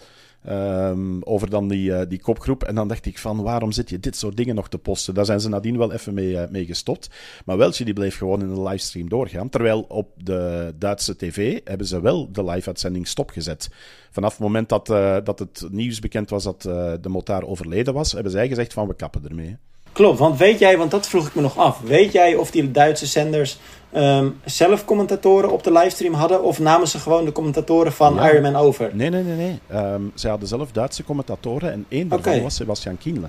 Um, over dan die, uh, die kopgroep. En dan dacht ik van, waarom zit je dit soort dingen nog te posten? Daar zijn ze nadien wel even mee, uh, mee gestopt. Maar Welchi die bleef gewoon in de livestream doorgaan. Terwijl op de Duitse tv hebben ze wel de live-uitzending stopgezet. Vanaf het moment dat, uh, dat het nieuws bekend was dat uh, de motaar overleden was, hebben zij gezegd van, we kappen ermee. Klopt, want weet jij, want dat vroeg ik me nog af. Weet jij of die Duitse zenders um, zelf commentatoren op de livestream hadden? Of namen ze gewoon de commentatoren van ja. Ironman over? Nee, nee, nee. nee. Um, zij hadden zelf Duitse commentatoren en één daarvan okay. was Sebastian Kienle.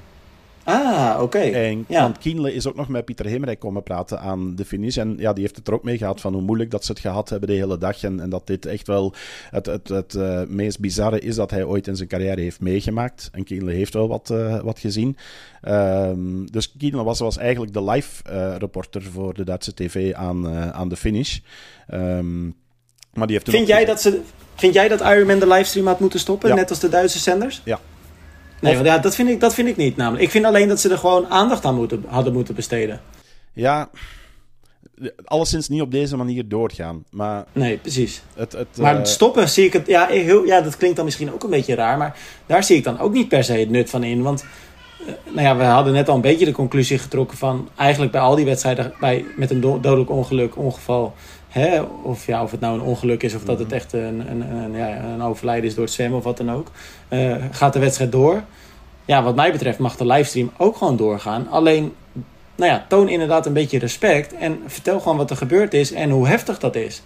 Ah, oké. Okay. En ja. Want Kienle is ook nog met Pieter Hemerijk komen praten aan de finish. En ja, die heeft het er ook mee gehad van hoe moeilijk dat ze het gehad hebben de hele dag. En, en dat dit echt wel het, het, het uh, meest bizarre is dat hij ooit in zijn carrière heeft meegemaakt. En Kienle heeft wel wat, uh, wat gezien. Um, dus Kienle was, was eigenlijk de live uh, reporter voor de Duitse tv aan, uh, aan de finish. Um, maar die heeft vind, jij dat ze, vind jij dat Ironman de livestream had moeten stoppen, ja. net als de Duitse zenders? Ja. Nee, want ja, dat vind ik, dat vind ik niet namelijk. Ik vind alleen dat ze er gewoon aandacht aan moeten, hadden moeten besteden. Ja, alleszins niet op deze manier doorgaan. Maar nee, precies. Het, het, maar uh... stoppen zie ik het... Ja, heel, ja, dat klinkt dan misschien ook een beetje raar, maar daar zie ik dan ook niet per se het nut van in. Want uh, nou ja, we hadden net al een beetje de conclusie getrokken van eigenlijk bij al die wedstrijden bij, met een do- dodelijk ongeluk, ongeval... Hè, of, ja, of het nou een ongeluk is of dat het echt een, een, een, ja, een overlijden is door het zwemmen of wat dan ook. Uh, gaat de wedstrijd door. Ja, wat mij betreft mag de livestream ook gewoon doorgaan. Alleen, nou ja, toon inderdaad een beetje respect. En vertel gewoon wat er gebeurd is en hoe heftig dat is.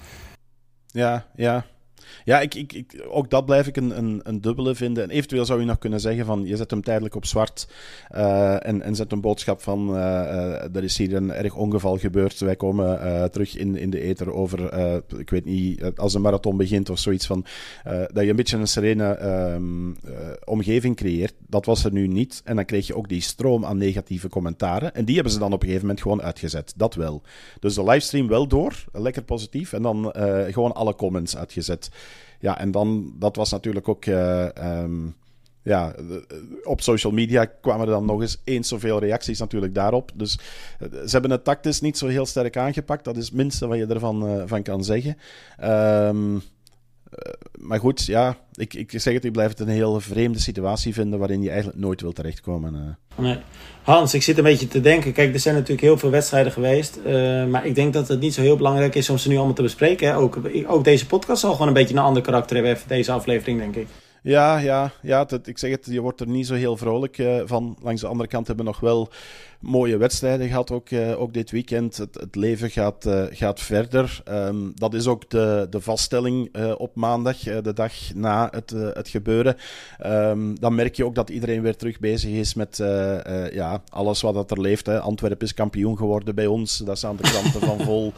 Ja, ja. Ja, ik, ik, ik, ook dat blijf ik een, een, een dubbele vinden. En eventueel zou je nog kunnen zeggen van, je zet hem tijdelijk op zwart uh, en, en zet een boodschap van, uh, uh, er is hier een erg ongeval gebeurd. Wij komen uh, terug in, in de ether over, uh, ik weet niet, als een marathon begint of zoiets van, uh, dat je een beetje een serene um, uh, omgeving creëert. Dat was er nu niet. En dan kreeg je ook die stroom aan negatieve commentaren. En die hebben ze dan op een gegeven moment gewoon uitgezet. Dat wel. Dus de livestream wel door, lekker positief. En dan uh, gewoon alle comments uitgezet. Ja, en dan, dat was natuurlijk ook, uh, um, ja, op social media kwamen er dan nog eens eens zoveel reacties natuurlijk daarop. Dus uh, ze hebben het tactisch niet zo heel sterk aangepakt. Dat is het minste wat je ervan uh, van kan zeggen. Um, uh, maar goed, ja, ik, ik zeg het, ik blijf het een heel vreemde situatie vinden waarin je eigenlijk nooit wil terechtkomen. Uh. Nee. Hans, ik zit een beetje te denken. Kijk, er zijn natuurlijk heel veel wedstrijden geweest. Uh, maar ik denk dat het niet zo heel belangrijk is om ze nu allemaal te bespreken. Hè? Ook, ook deze podcast zal gewoon een beetje een ander karakter hebben. Even deze aflevering, denk ik. Ja, ja, ja dat, ik zeg het, je wordt er niet zo heel vrolijk uh, van. Langs de andere kant hebben we nog wel mooie wedstrijden gehad, ook, uh, ook dit weekend. Het, het leven gaat, uh, gaat verder. Um, dat is ook de, de vaststelling uh, op maandag, uh, de dag na het, uh, het gebeuren. Um, dan merk je ook dat iedereen weer terug bezig is met uh, uh, ja, alles wat dat er leeft. Hè. Antwerpen is kampioen geworden bij ons, daar staan de kranten van vol.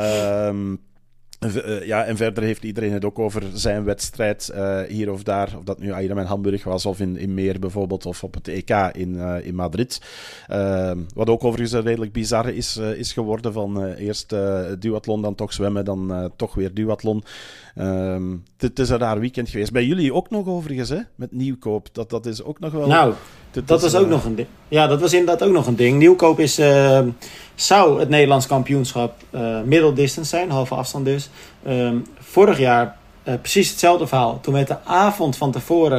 Um, Uh, ja, en verder heeft iedereen het ook over zijn wedstrijd uh, hier of daar. Of dat nu Ironman Hamburg was of in, in Meer bijvoorbeeld. Of op het E K in, uh, in Madrid. Uh, wat ook overigens redelijk bizar is, uh, is geworden. Van uh, eerst uh, duathlon, dan toch zwemmen, dan uh, toch weer duathlon. Um, het is een raar weekend geweest. Bij jullie ook nog overigens, hè? Met Nieuwkoop. Dat, dat is ook nog wel... Nou, dit, dat was uh, ook nog een ding. Ja, dat was inderdaad ook nog een ding. Nieuwkoop is... Uh, zou het Nederlands kampioenschap uh, middle distance zijn, halve afstand dus. Um, vorig jaar uh, precies hetzelfde verhaal. Toen werd de avond van tevoren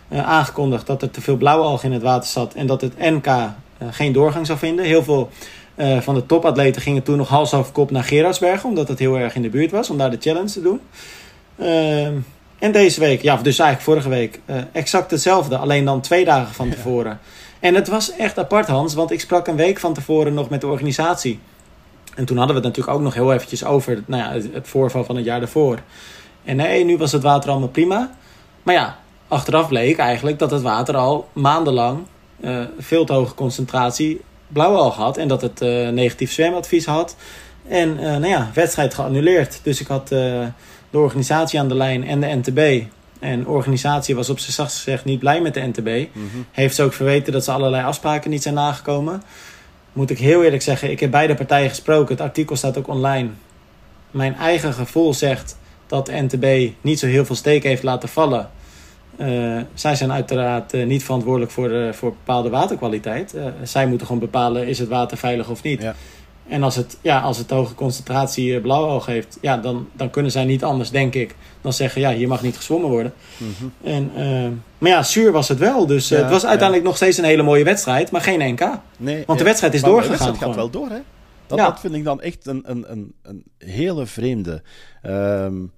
uh, aangekondigd dat er te veel blauwalg in het water zat en dat het N K uh, geen doorgang zou vinden. Heel veel uh, van de topatleten gingen toen nog hals over kop naar Gerardsbergen, omdat het heel erg in de buurt was om daar de challenge te doen. Uh, en deze week, ja, dus eigenlijk vorige week, uh, exact hetzelfde, alleen dan twee dagen van tevoren. Ja. En het was echt apart, Hans, want ik sprak een week van tevoren nog met de organisatie. En toen hadden we het natuurlijk ook nog heel eventjes over nou ja, het, het voorval van het jaar daarvoor. En nee, nu was het water allemaal prima. Maar ja, achteraf bleek eigenlijk dat het water al maandenlang uh, veel te hoge concentratie blauwalg had. En dat het uh, negatief zwemadvies had. En uh, nou ja, wedstrijd geannuleerd. Dus ik had uh, de organisatie aan de lijn en de N T B. En de organisatie was op zijn zachtst gezegd niet blij met de N T B. Mm-hmm. Heeft ze ook verweten dat ze allerlei afspraken niet zijn nagekomen. Moet ik heel eerlijk zeggen, ik heb beide partijen gesproken. Het artikel staat ook online. Mijn eigen gevoel zegt dat de N T B niet zo heel veel steken heeft laten vallen. Uh, zij zijn uiteraard uh, niet verantwoordelijk voor, uh, voor bepaalde waterkwaliteit. Uh, zij moeten gewoon bepalen, is het water veilig of niet. Ja. En als het, ja, als het hoge concentratie uh, blauwalg heeft, ja, dan, dan kunnen zij niet anders, denk ik, dan zeggen, ja, hier mag niet gezwommen worden. Mm-hmm. En, uh, maar ja, zuur was het wel. Dus uh, ja, het was uiteindelijk ja. nog steeds een hele mooie wedstrijd, maar geen N K. Nee, Want de wedstrijd is maar doorgegaan. De wedstrijd gaat wel door, hè? Dat, ja. dat vind ik dan echt een, een, een, een hele vreemde. Um...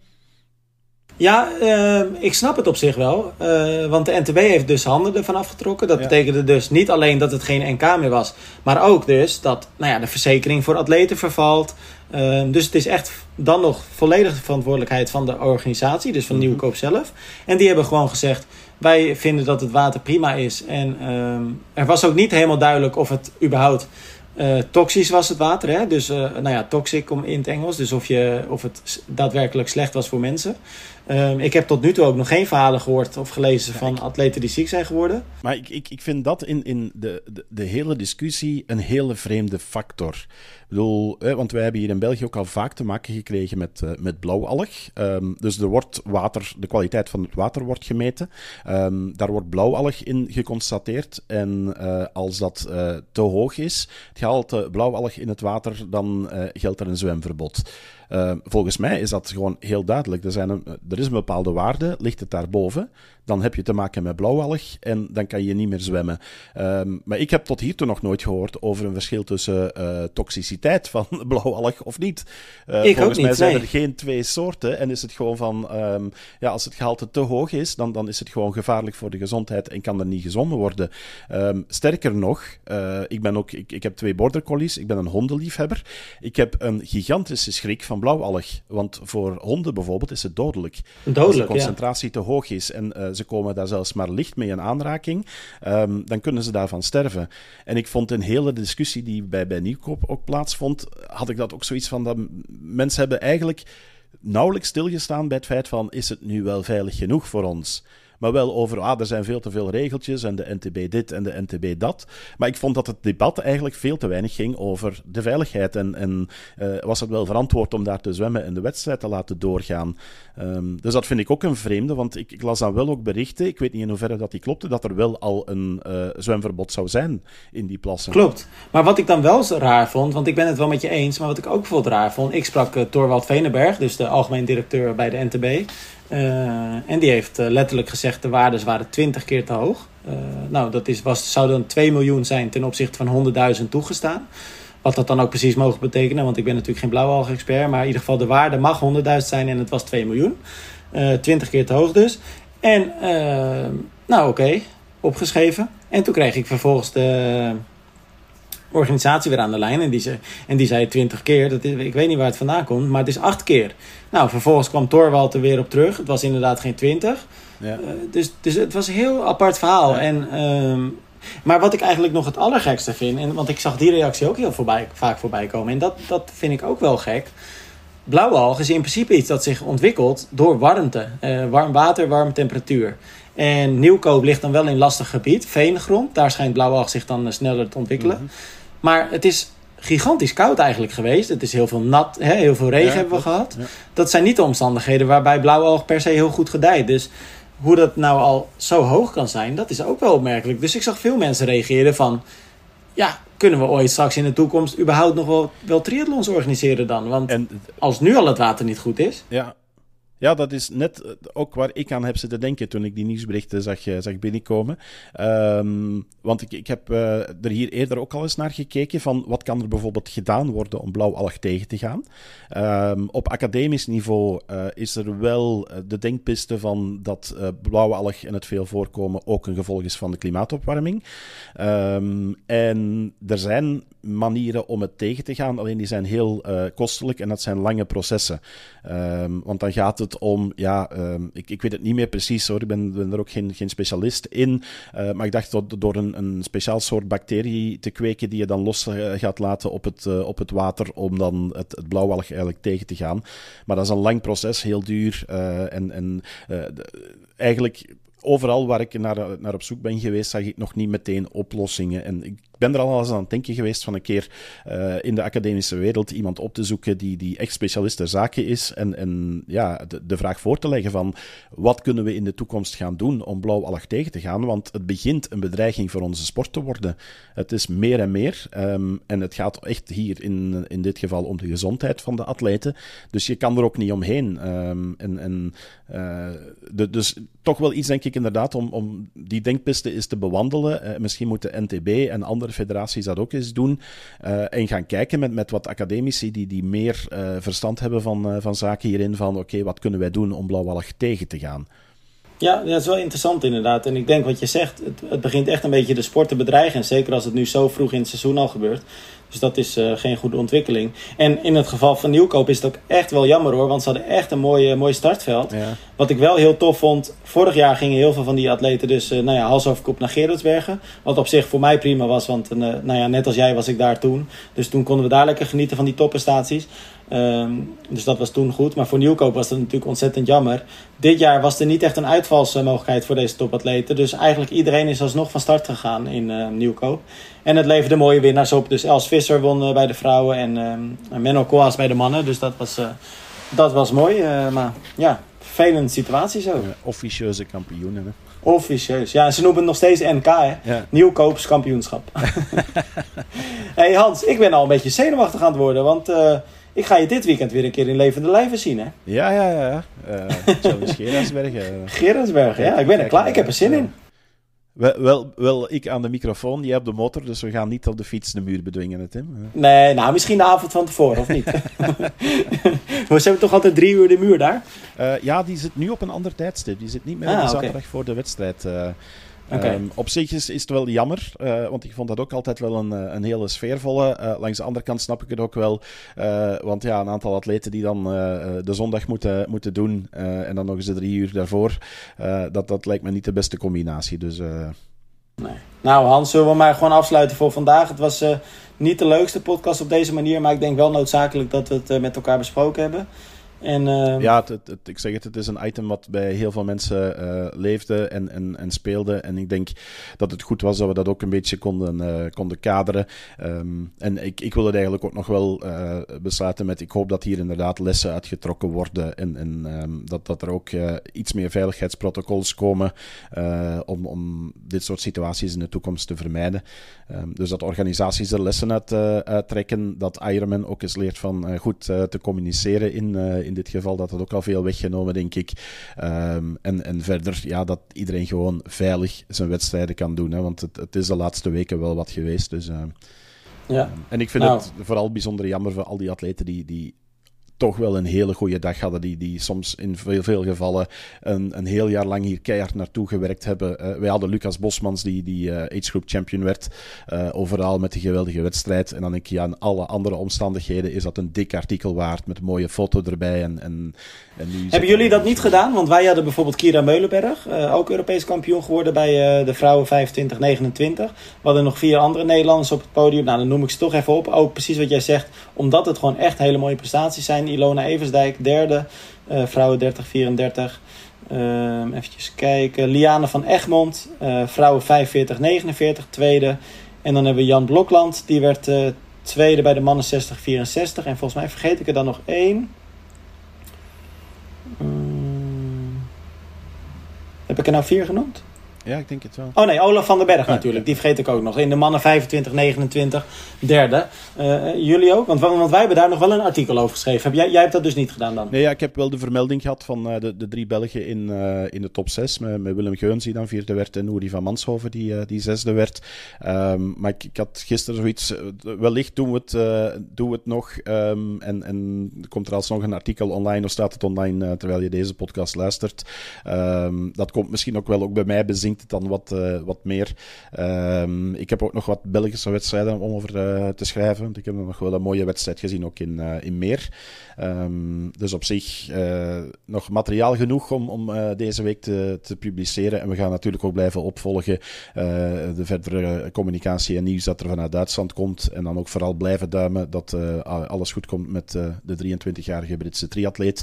Ja, uh, ik snap het op zich wel. Uh, want de N T B heeft dus handen ervan afgetrokken. Dat ja. betekende dus niet alleen dat het geen N K meer was. Maar ook dus dat nou ja, de verzekering voor atleten vervalt. Uh, dus het is echt dan nog volledige verantwoordelijkheid van de organisatie. Dus van mm-hmm. Nieuwkoop zelf. En die hebben gewoon gezegd, wij vinden dat het water prima is. En uh, er was ook niet helemaal duidelijk of het überhaupt Uh, toxisch was het water, hè? Dus uh, nou ja, toxic om in het Engels. Dus of, je, of het daadwerkelijk slecht was voor mensen. Uh, ik heb tot nu toe ook nog geen verhalen gehoord of gelezen ja, van ik... atleten die ziek zijn geworden. Maar ik, ik, ik vind dat in, in de, de, de hele discussie een hele vreemde factor. Ik bedoel, hè, want wij hebben hier in België ook al vaak te maken gekregen met, uh, met blauwalg. Um, dus er wordt water, de kwaliteit van het water wordt gemeten. Um, daar wordt blauwalg in geconstateerd. En uh, als dat uh, te hoog is, het gehalte blauwalg in het water, dan uh, geldt er een zwemverbod. Uh, volgens mij is dat gewoon heel duidelijk. Er, zijn een, er is een bepaalde waarde, ligt het daarboven, dan heb je te maken met blauwalg en dan kan je niet meer zwemmen. Um, maar ik heb tot hiertoe nog nooit gehoord over een verschil tussen uh, toxiciteit van blauwalg of niet. Uh, ik volgens ook mij niet, zijn nee. er geen twee soorten en is het gewoon van, um, ja, als het gehalte te hoog is, dan, dan is het gewoon gevaarlijk voor de gezondheid en kan er niet gezwommen worden. Um, sterker nog, uh, ik, ben ook, ik, ik heb twee border collies, ik ben een hondenliefhebber. Ik heb een gigantische schrik van blauwalg, want voor honden bijvoorbeeld is het dodelijk. Dodelijk, als de concentratie ja. te hoog is en uh, ze komen daar zelfs maar licht mee in aanraking, um, dan kunnen ze daarvan sterven. En ik vond een hele discussie die bij, bij Nieuwkoop ook plaatsvond, had ik dat ook zoiets van, dat mensen hebben eigenlijk nauwelijks stilgestaan bij het feit van, is het nu wel veilig genoeg voor ons? Maar wel over, ah, er zijn veel te veel regeltjes en de N T B dit en de N T B dat. Maar ik vond dat het debat eigenlijk veel te weinig ging over de veiligheid. En, en uh, was het wel verantwoord om daar te zwemmen en de wedstrijd te laten doorgaan. Um, dus dat vind ik ook een vreemde, want ik, ik las dan wel ook berichten, ik weet niet in hoeverre dat die klopte, dat er wel al een uh, zwemverbod zou zijn in die plassen. Klopt. Maar wat ik dan wel zo raar vond, want ik ben het wel met je eens, maar wat ik ook bijvoorbeeld raar vond, ik sprak uh, Thorwald Venenberg, dus de algemeen directeur bij de N T B. Uh, en die heeft uh, letterlijk gezegd, de waardes waren twintig keer te hoog. Uh, nou, dat is, was, zou dan twee miljoen zijn ten opzichte van honderdduizend toegestaan. Wat dat dan ook precies mogen betekenen, want ik ben natuurlijk geen blauwalg-expert. Maar in ieder geval, de waarde mag honderdduizend zijn en het was twee miljoen. Uh, twintig keer te hoog dus. En, uh, nou oké, okay, opgeschreven. En toen kreeg ik vervolgens de organisatie weer aan de lijn. En die zei, en die zei twintig keer. Dat is, ik weet niet waar het vandaan komt, maar het is acht keer. Nou, vervolgens kwam Thorwald er weer op terug. Het was inderdaad geen twintig. Ja. Uh, dus, dus het was een heel apart verhaal. Ja. En, um, maar wat ik eigenlijk nog het allergekste vind, en, want ik zag die reactie ook heel voorbij, vaak voorbij komen. En dat, dat vind ik ook wel gek. Blauwalg is in principe iets dat zich ontwikkelt door warmte. Uh, warm water, warme temperatuur. En Nieuwkoop ligt dan wel in lastig gebied, veengrond. Daar schijnt blauwalg zich dan uh, sneller te ontwikkelen. Mm-hmm. Maar het is gigantisch koud eigenlijk geweest. Het is heel veel nat, hè, heel veel regen ja, hebben we gehad. Ja. Dat zijn niet de omstandigheden waarbij blauwalg per se heel goed gedijt. Dus hoe dat nou al zo hoog kan zijn, dat is ook wel opmerkelijk. Dus ik zag veel mensen reageren van, ja, kunnen we ooit straks in de toekomst überhaupt nog wel, wel triathlons organiseren dan? Want en, als nu al het water niet goed is. Ja. Ja, dat is net ook waar ik aan heb zitten denken toen ik die nieuwsberichten zag, zag binnenkomen. Um, want ik, ik heb uh, er hier eerder ook al eens naar gekeken van wat kan er bijvoorbeeld gedaan worden om blauwalg tegen te gaan. Um, op academisch niveau uh, is er wel de denkpiste van dat uh, blauwalg en het veel voorkomen ook een gevolg is van de klimaatopwarming. Um, en er zijn manieren om het tegen te gaan, alleen die zijn heel uh, kostelijk en dat zijn lange processen. Um, want dan gaat het om, ja, um, ik, ik weet het niet meer precies hoor, ik ben, ben er ook geen, geen specialist in, uh, maar ik dacht dat door een, een speciaal soort bacterie te kweken die je dan los uh, gaat laten op het, uh, op het water om dan het, het blauwalg eigenlijk tegen te gaan. Maar dat is een lang proces, heel duur uh, en, en uh, de, eigenlijk... Overal waar ik naar, naar op zoek ben geweest, zag ik nog niet meteen oplossingen. En ik ben er al eens aan het denken geweest van een keer uh, in de academische wereld iemand op te zoeken die, die echt specialist ter zake is. En, en ja, de, de vraag voor te leggen van wat kunnen we in de toekomst gaan doen om blauwalg tegen te gaan? Want het begint een bedreiging voor onze sport te worden. Het is meer en meer. Um, en het gaat echt hier in, in dit geval om de gezondheid van de atleten. Dus je kan er ook niet omheen. Um, en, en, uh, de, dus toch wel iets, denk ik, inderdaad, om, om die denkpiste eens te bewandelen. Uh, misschien moeten N T B en andere federaties dat ook eens doen. Uh, en gaan kijken met, met wat academici die, die meer uh, verstand hebben van, uh, van zaken hierin. Van oké, okay, wat kunnen wij doen om blauwalg tegen te gaan? Ja, dat is wel interessant inderdaad. En ik denk wat je zegt, het, het begint echt een beetje de sport te bedreigen. En zeker als het nu zo vroeg in het seizoen al gebeurt. Dus dat is uh, geen goede ontwikkeling. En in het geval van Nieuwkoop is het ook echt wel jammer hoor. Want ze hadden echt een mooi, mooi startveld. Ja. Wat ik wel heel tof vond. Vorig jaar gingen heel veel van die atleten dus uh, nou ja, hals over kop naar Gerardsbergen. Wat op zich voor mij prima was. Want uh, nou ja, net als jij was ik daar toen. Dus toen konden we daar lekker genieten van die topprestaties. Um, dus dat was toen goed. Maar voor Nieuwkoop was dat natuurlijk ontzettend jammer. Dit jaar was er niet echt een uitvalsmogelijkheid voor deze topatleten. Dus eigenlijk iedereen is alsnog van start gegaan in uh, Nieuwkoop. En het leverde mooie winnaars op. Dus Els Visser won uh, bij de vrouwen en um, Menno Koas bij de mannen. Dus dat was, uh, dat was mooi. Uh, maar ja, vervelende situatie zo. Ja, officieuze kampioenen. Hè? Officieus. Ja, en ze noemen het nog steeds N K, hè? Ja. Nieuwkoops kampioenschap. Hey Hans, ik ben al een beetje zenuwachtig aan het worden. Want uh, ik ga je dit weekend weer een keer in levende lijven zien, hè? Ja, ja, ja. Uh, Challenge Gerardsbergen. Gerardsbergen, ja. Ik ben er klaar. Ik heb er zin in. Wel, wel, wel, ik aan de microfoon, jij op de motor, dus we gaan niet op de fiets de muur bedwingen, Tim. Nee, nou, misschien de avond van tevoren, of niet? We hebben toch altijd drie uur de muur daar? Uh, ja, die zit nu op een ander tijdstip. Die zit niet meer ah, op de zaterdag okay. voor de wedstrijd. Uh, Okay. Um, op zich is, is het wel jammer, uh, want ik vond dat ook altijd wel een, een hele sfeervolle. Uh, langs de andere kant snap ik het ook wel, uh, want ja, een aantal atleten die dan uh, de zondag moeten, moeten doen uh, en dan nog eens de drie uur daarvoor, uh, dat, dat lijkt me niet de beste combinatie. Dus, uh... nee. Nou Hans, zullen we maar gewoon afsluiten voor vandaag. Het was uh, niet de leukste podcast op deze manier, maar ik denk wel noodzakelijk dat we het uh, met elkaar besproken hebben. En, uh... Ja, het, het, ik zeg het, het is een item wat bij heel veel mensen uh, leefde en, en, en speelde. En ik denk dat het goed was dat we dat ook een beetje konden, uh, konden kaderen. Um, en ik, ik wil het eigenlijk ook nog wel uh, besluiten met, ik hoop dat hier inderdaad lessen uitgetrokken worden. En, en um, dat, dat er ook uh, iets meer veiligheidsprotocols komen uh, om, om dit soort situaties in de toekomst te vermijden. Um, dus dat organisaties er lessen uit uh, uittrekken. Dat Ironman ook eens leert van uh, goed uh, te communiceren in uh, in dit geval, dat het ook al veel weggenomen, denk ik. Um, en, en verder, ja, dat iedereen gewoon veilig zijn wedstrijden kan doen. Hè, want het, het is de laatste weken wel wat geweest. Dus, uh, ja. um, en ik vind nou. het vooral bijzonder jammer voor al die atleten die, die toch wel een hele goede dag hadden, die, die soms in veel, veel gevallen een, een heel jaar lang hier keihard naartoe gewerkt hebben. Uh, wij hadden Lucas Bosmans, die, die uh, age group champion werd, uh, overal met die geweldige wedstrijd. En dan denk ik, ja, in alle andere omstandigheden is dat een dik artikel waard, met een mooie foto erbij. En, en, en nu hebben jullie dat niet gedaan? Want wij hadden bijvoorbeeld Kira Meulenberg, uh, ook Europees kampioen geworden bij uh, de vrouwen vijfentwintig negenentwintig. We hadden nog vier andere Nederlanders op het podium. Nou, dan noem ik ze toch even op. Ook precies wat jij zegt, omdat het gewoon echt hele mooie prestaties zijn. Ilona Eversdijk, derde. Uh, vrouwen dertig vierendertig. Uh, even kijken. Liane van Egmond. Uh, vrouwen vijfenveertig negenenveertig. Tweede. En dan hebben we Jan Blokland. Die werd uh, tweede bij de mannen zestig vierenzestig. En volgens mij vergeet ik er dan nog één. Um, heb ik er nou vier genoemd? Ja, ik denk het wel. Oh nee, Olaf van den Berg natuurlijk. Die vergeet ik ook nog. In de mannen vijfentwintig negenentwintig, derde. Uh, jullie ook? Want, want wij hebben daar nog wel een artikel over geschreven. Heb jij, jij hebt dat dus niet gedaan dan? Nee, ja, ik heb wel de vermelding gehad van uh, de, de drie Belgen in, uh, in de top zes. Met, met Willem Geuns die dan vierde werd en Uri van Manshoven die, uh, die zesde werd. Um, maar ik, ik had gisteren zoiets... Uh, wellicht doen we het, uh, doen we het nog. Um, en, en komt er alsnog een artikel online of staat het online uh, terwijl je deze podcast luistert. Um, dat komt misschien ook wel. Ook bij mij bezinkt het dan wat, uh, wat meer. Um, ik heb ook nog wat Belgische wedstrijden om over uh, te schrijven. Want ik heb nog wel een mooie wedstrijd gezien, ook in, uh, in Meer. Um, dus op zich uh, nog materiaal genoeg om, om uh, deze week te, te publiceren. En we gaan natuurlijk ook blijven opvolgen uh, de verdere communicatie en nieuws dat er vanuit Duitsland komt. En dan ook vooral blijven duimen dat uh, alles goed komt met uh, de drieëntwintigjarige Britse triatleet.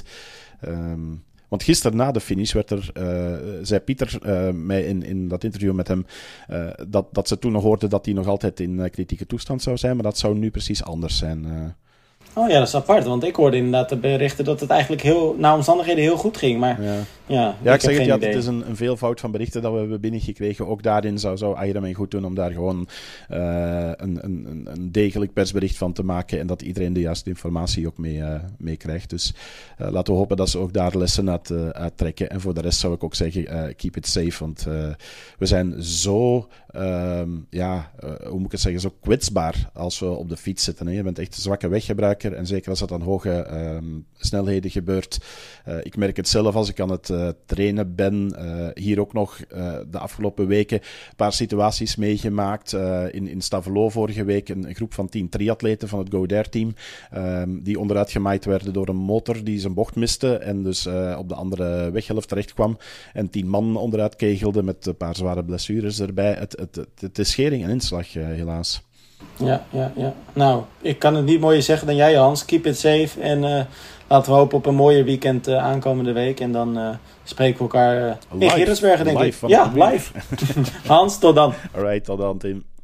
Um, Want gisteren na de finish werd er, uh, zei Pieter uh, mij in, in dat interview met hem, uh, dat, dat ze toen nog hoorden dat hij nog altijd in uh, kritieke toestand zou zijn, maar dat zou nu precies anders zijn. Uh. Oh ja, dat is apart, want ik hoorde inderdaad de berichten dat het eigenlijk heel, naar omstandigheden heel goed ging, maar ja, ja, ja ik, ik zeg het, ja, het is een, een veelvoud van berichten dat we hebben binnengekregen. Ook daarin zou, zou Ironman goed doen om daar gewoon uh, een, een, een degelijk persbericht van te maken en dat iedereen de juiste informatie ook mee, uh, mee krijgt. Dus uh, laten we hopen dat ze ook daar lessen uit, uh, uit trekken. En voor de rest zou ik ook zeggen, uh, keep it safe, want uh, we zijn zo, uh, ja, uh, hoe moet ik het zeggen, zo kwetsbaar als we op de fiets zitten. Hè. Je bent echt een zwakke weggebruiker. En zeker als dat aan hoge um, snelheden gebeurt. Uh, ik merk het zelf als ik aan het uh, trainen ben. Uh, hier ook nog uh, de afgelopen weken een paar situaties meegemaakt. Uh, in, in Stavelot vorige week een, een groep van tien triatleten van het Go Dare team. Um, die onderuit gemaaid werden door een motor die zijn bocht miste. En dus uh, op de andere weghelft terecht kwam. En tien man onderuit kegelde met een paar zware blessures erbij. Het, het, het, het is schering en inslag uh, helaas. Ja, ja, ja. Nou, ik kan het niet mooier zeggen dan jij, Hans. Keep it safe. En uh, laten we hopen op een mooier weekend uh, aankomende week. En dan uh, spreken we elkaar uh, in Giersbergen, denk ik. Ja, live. Hans, tot dan. Alright, tot dan, Tim.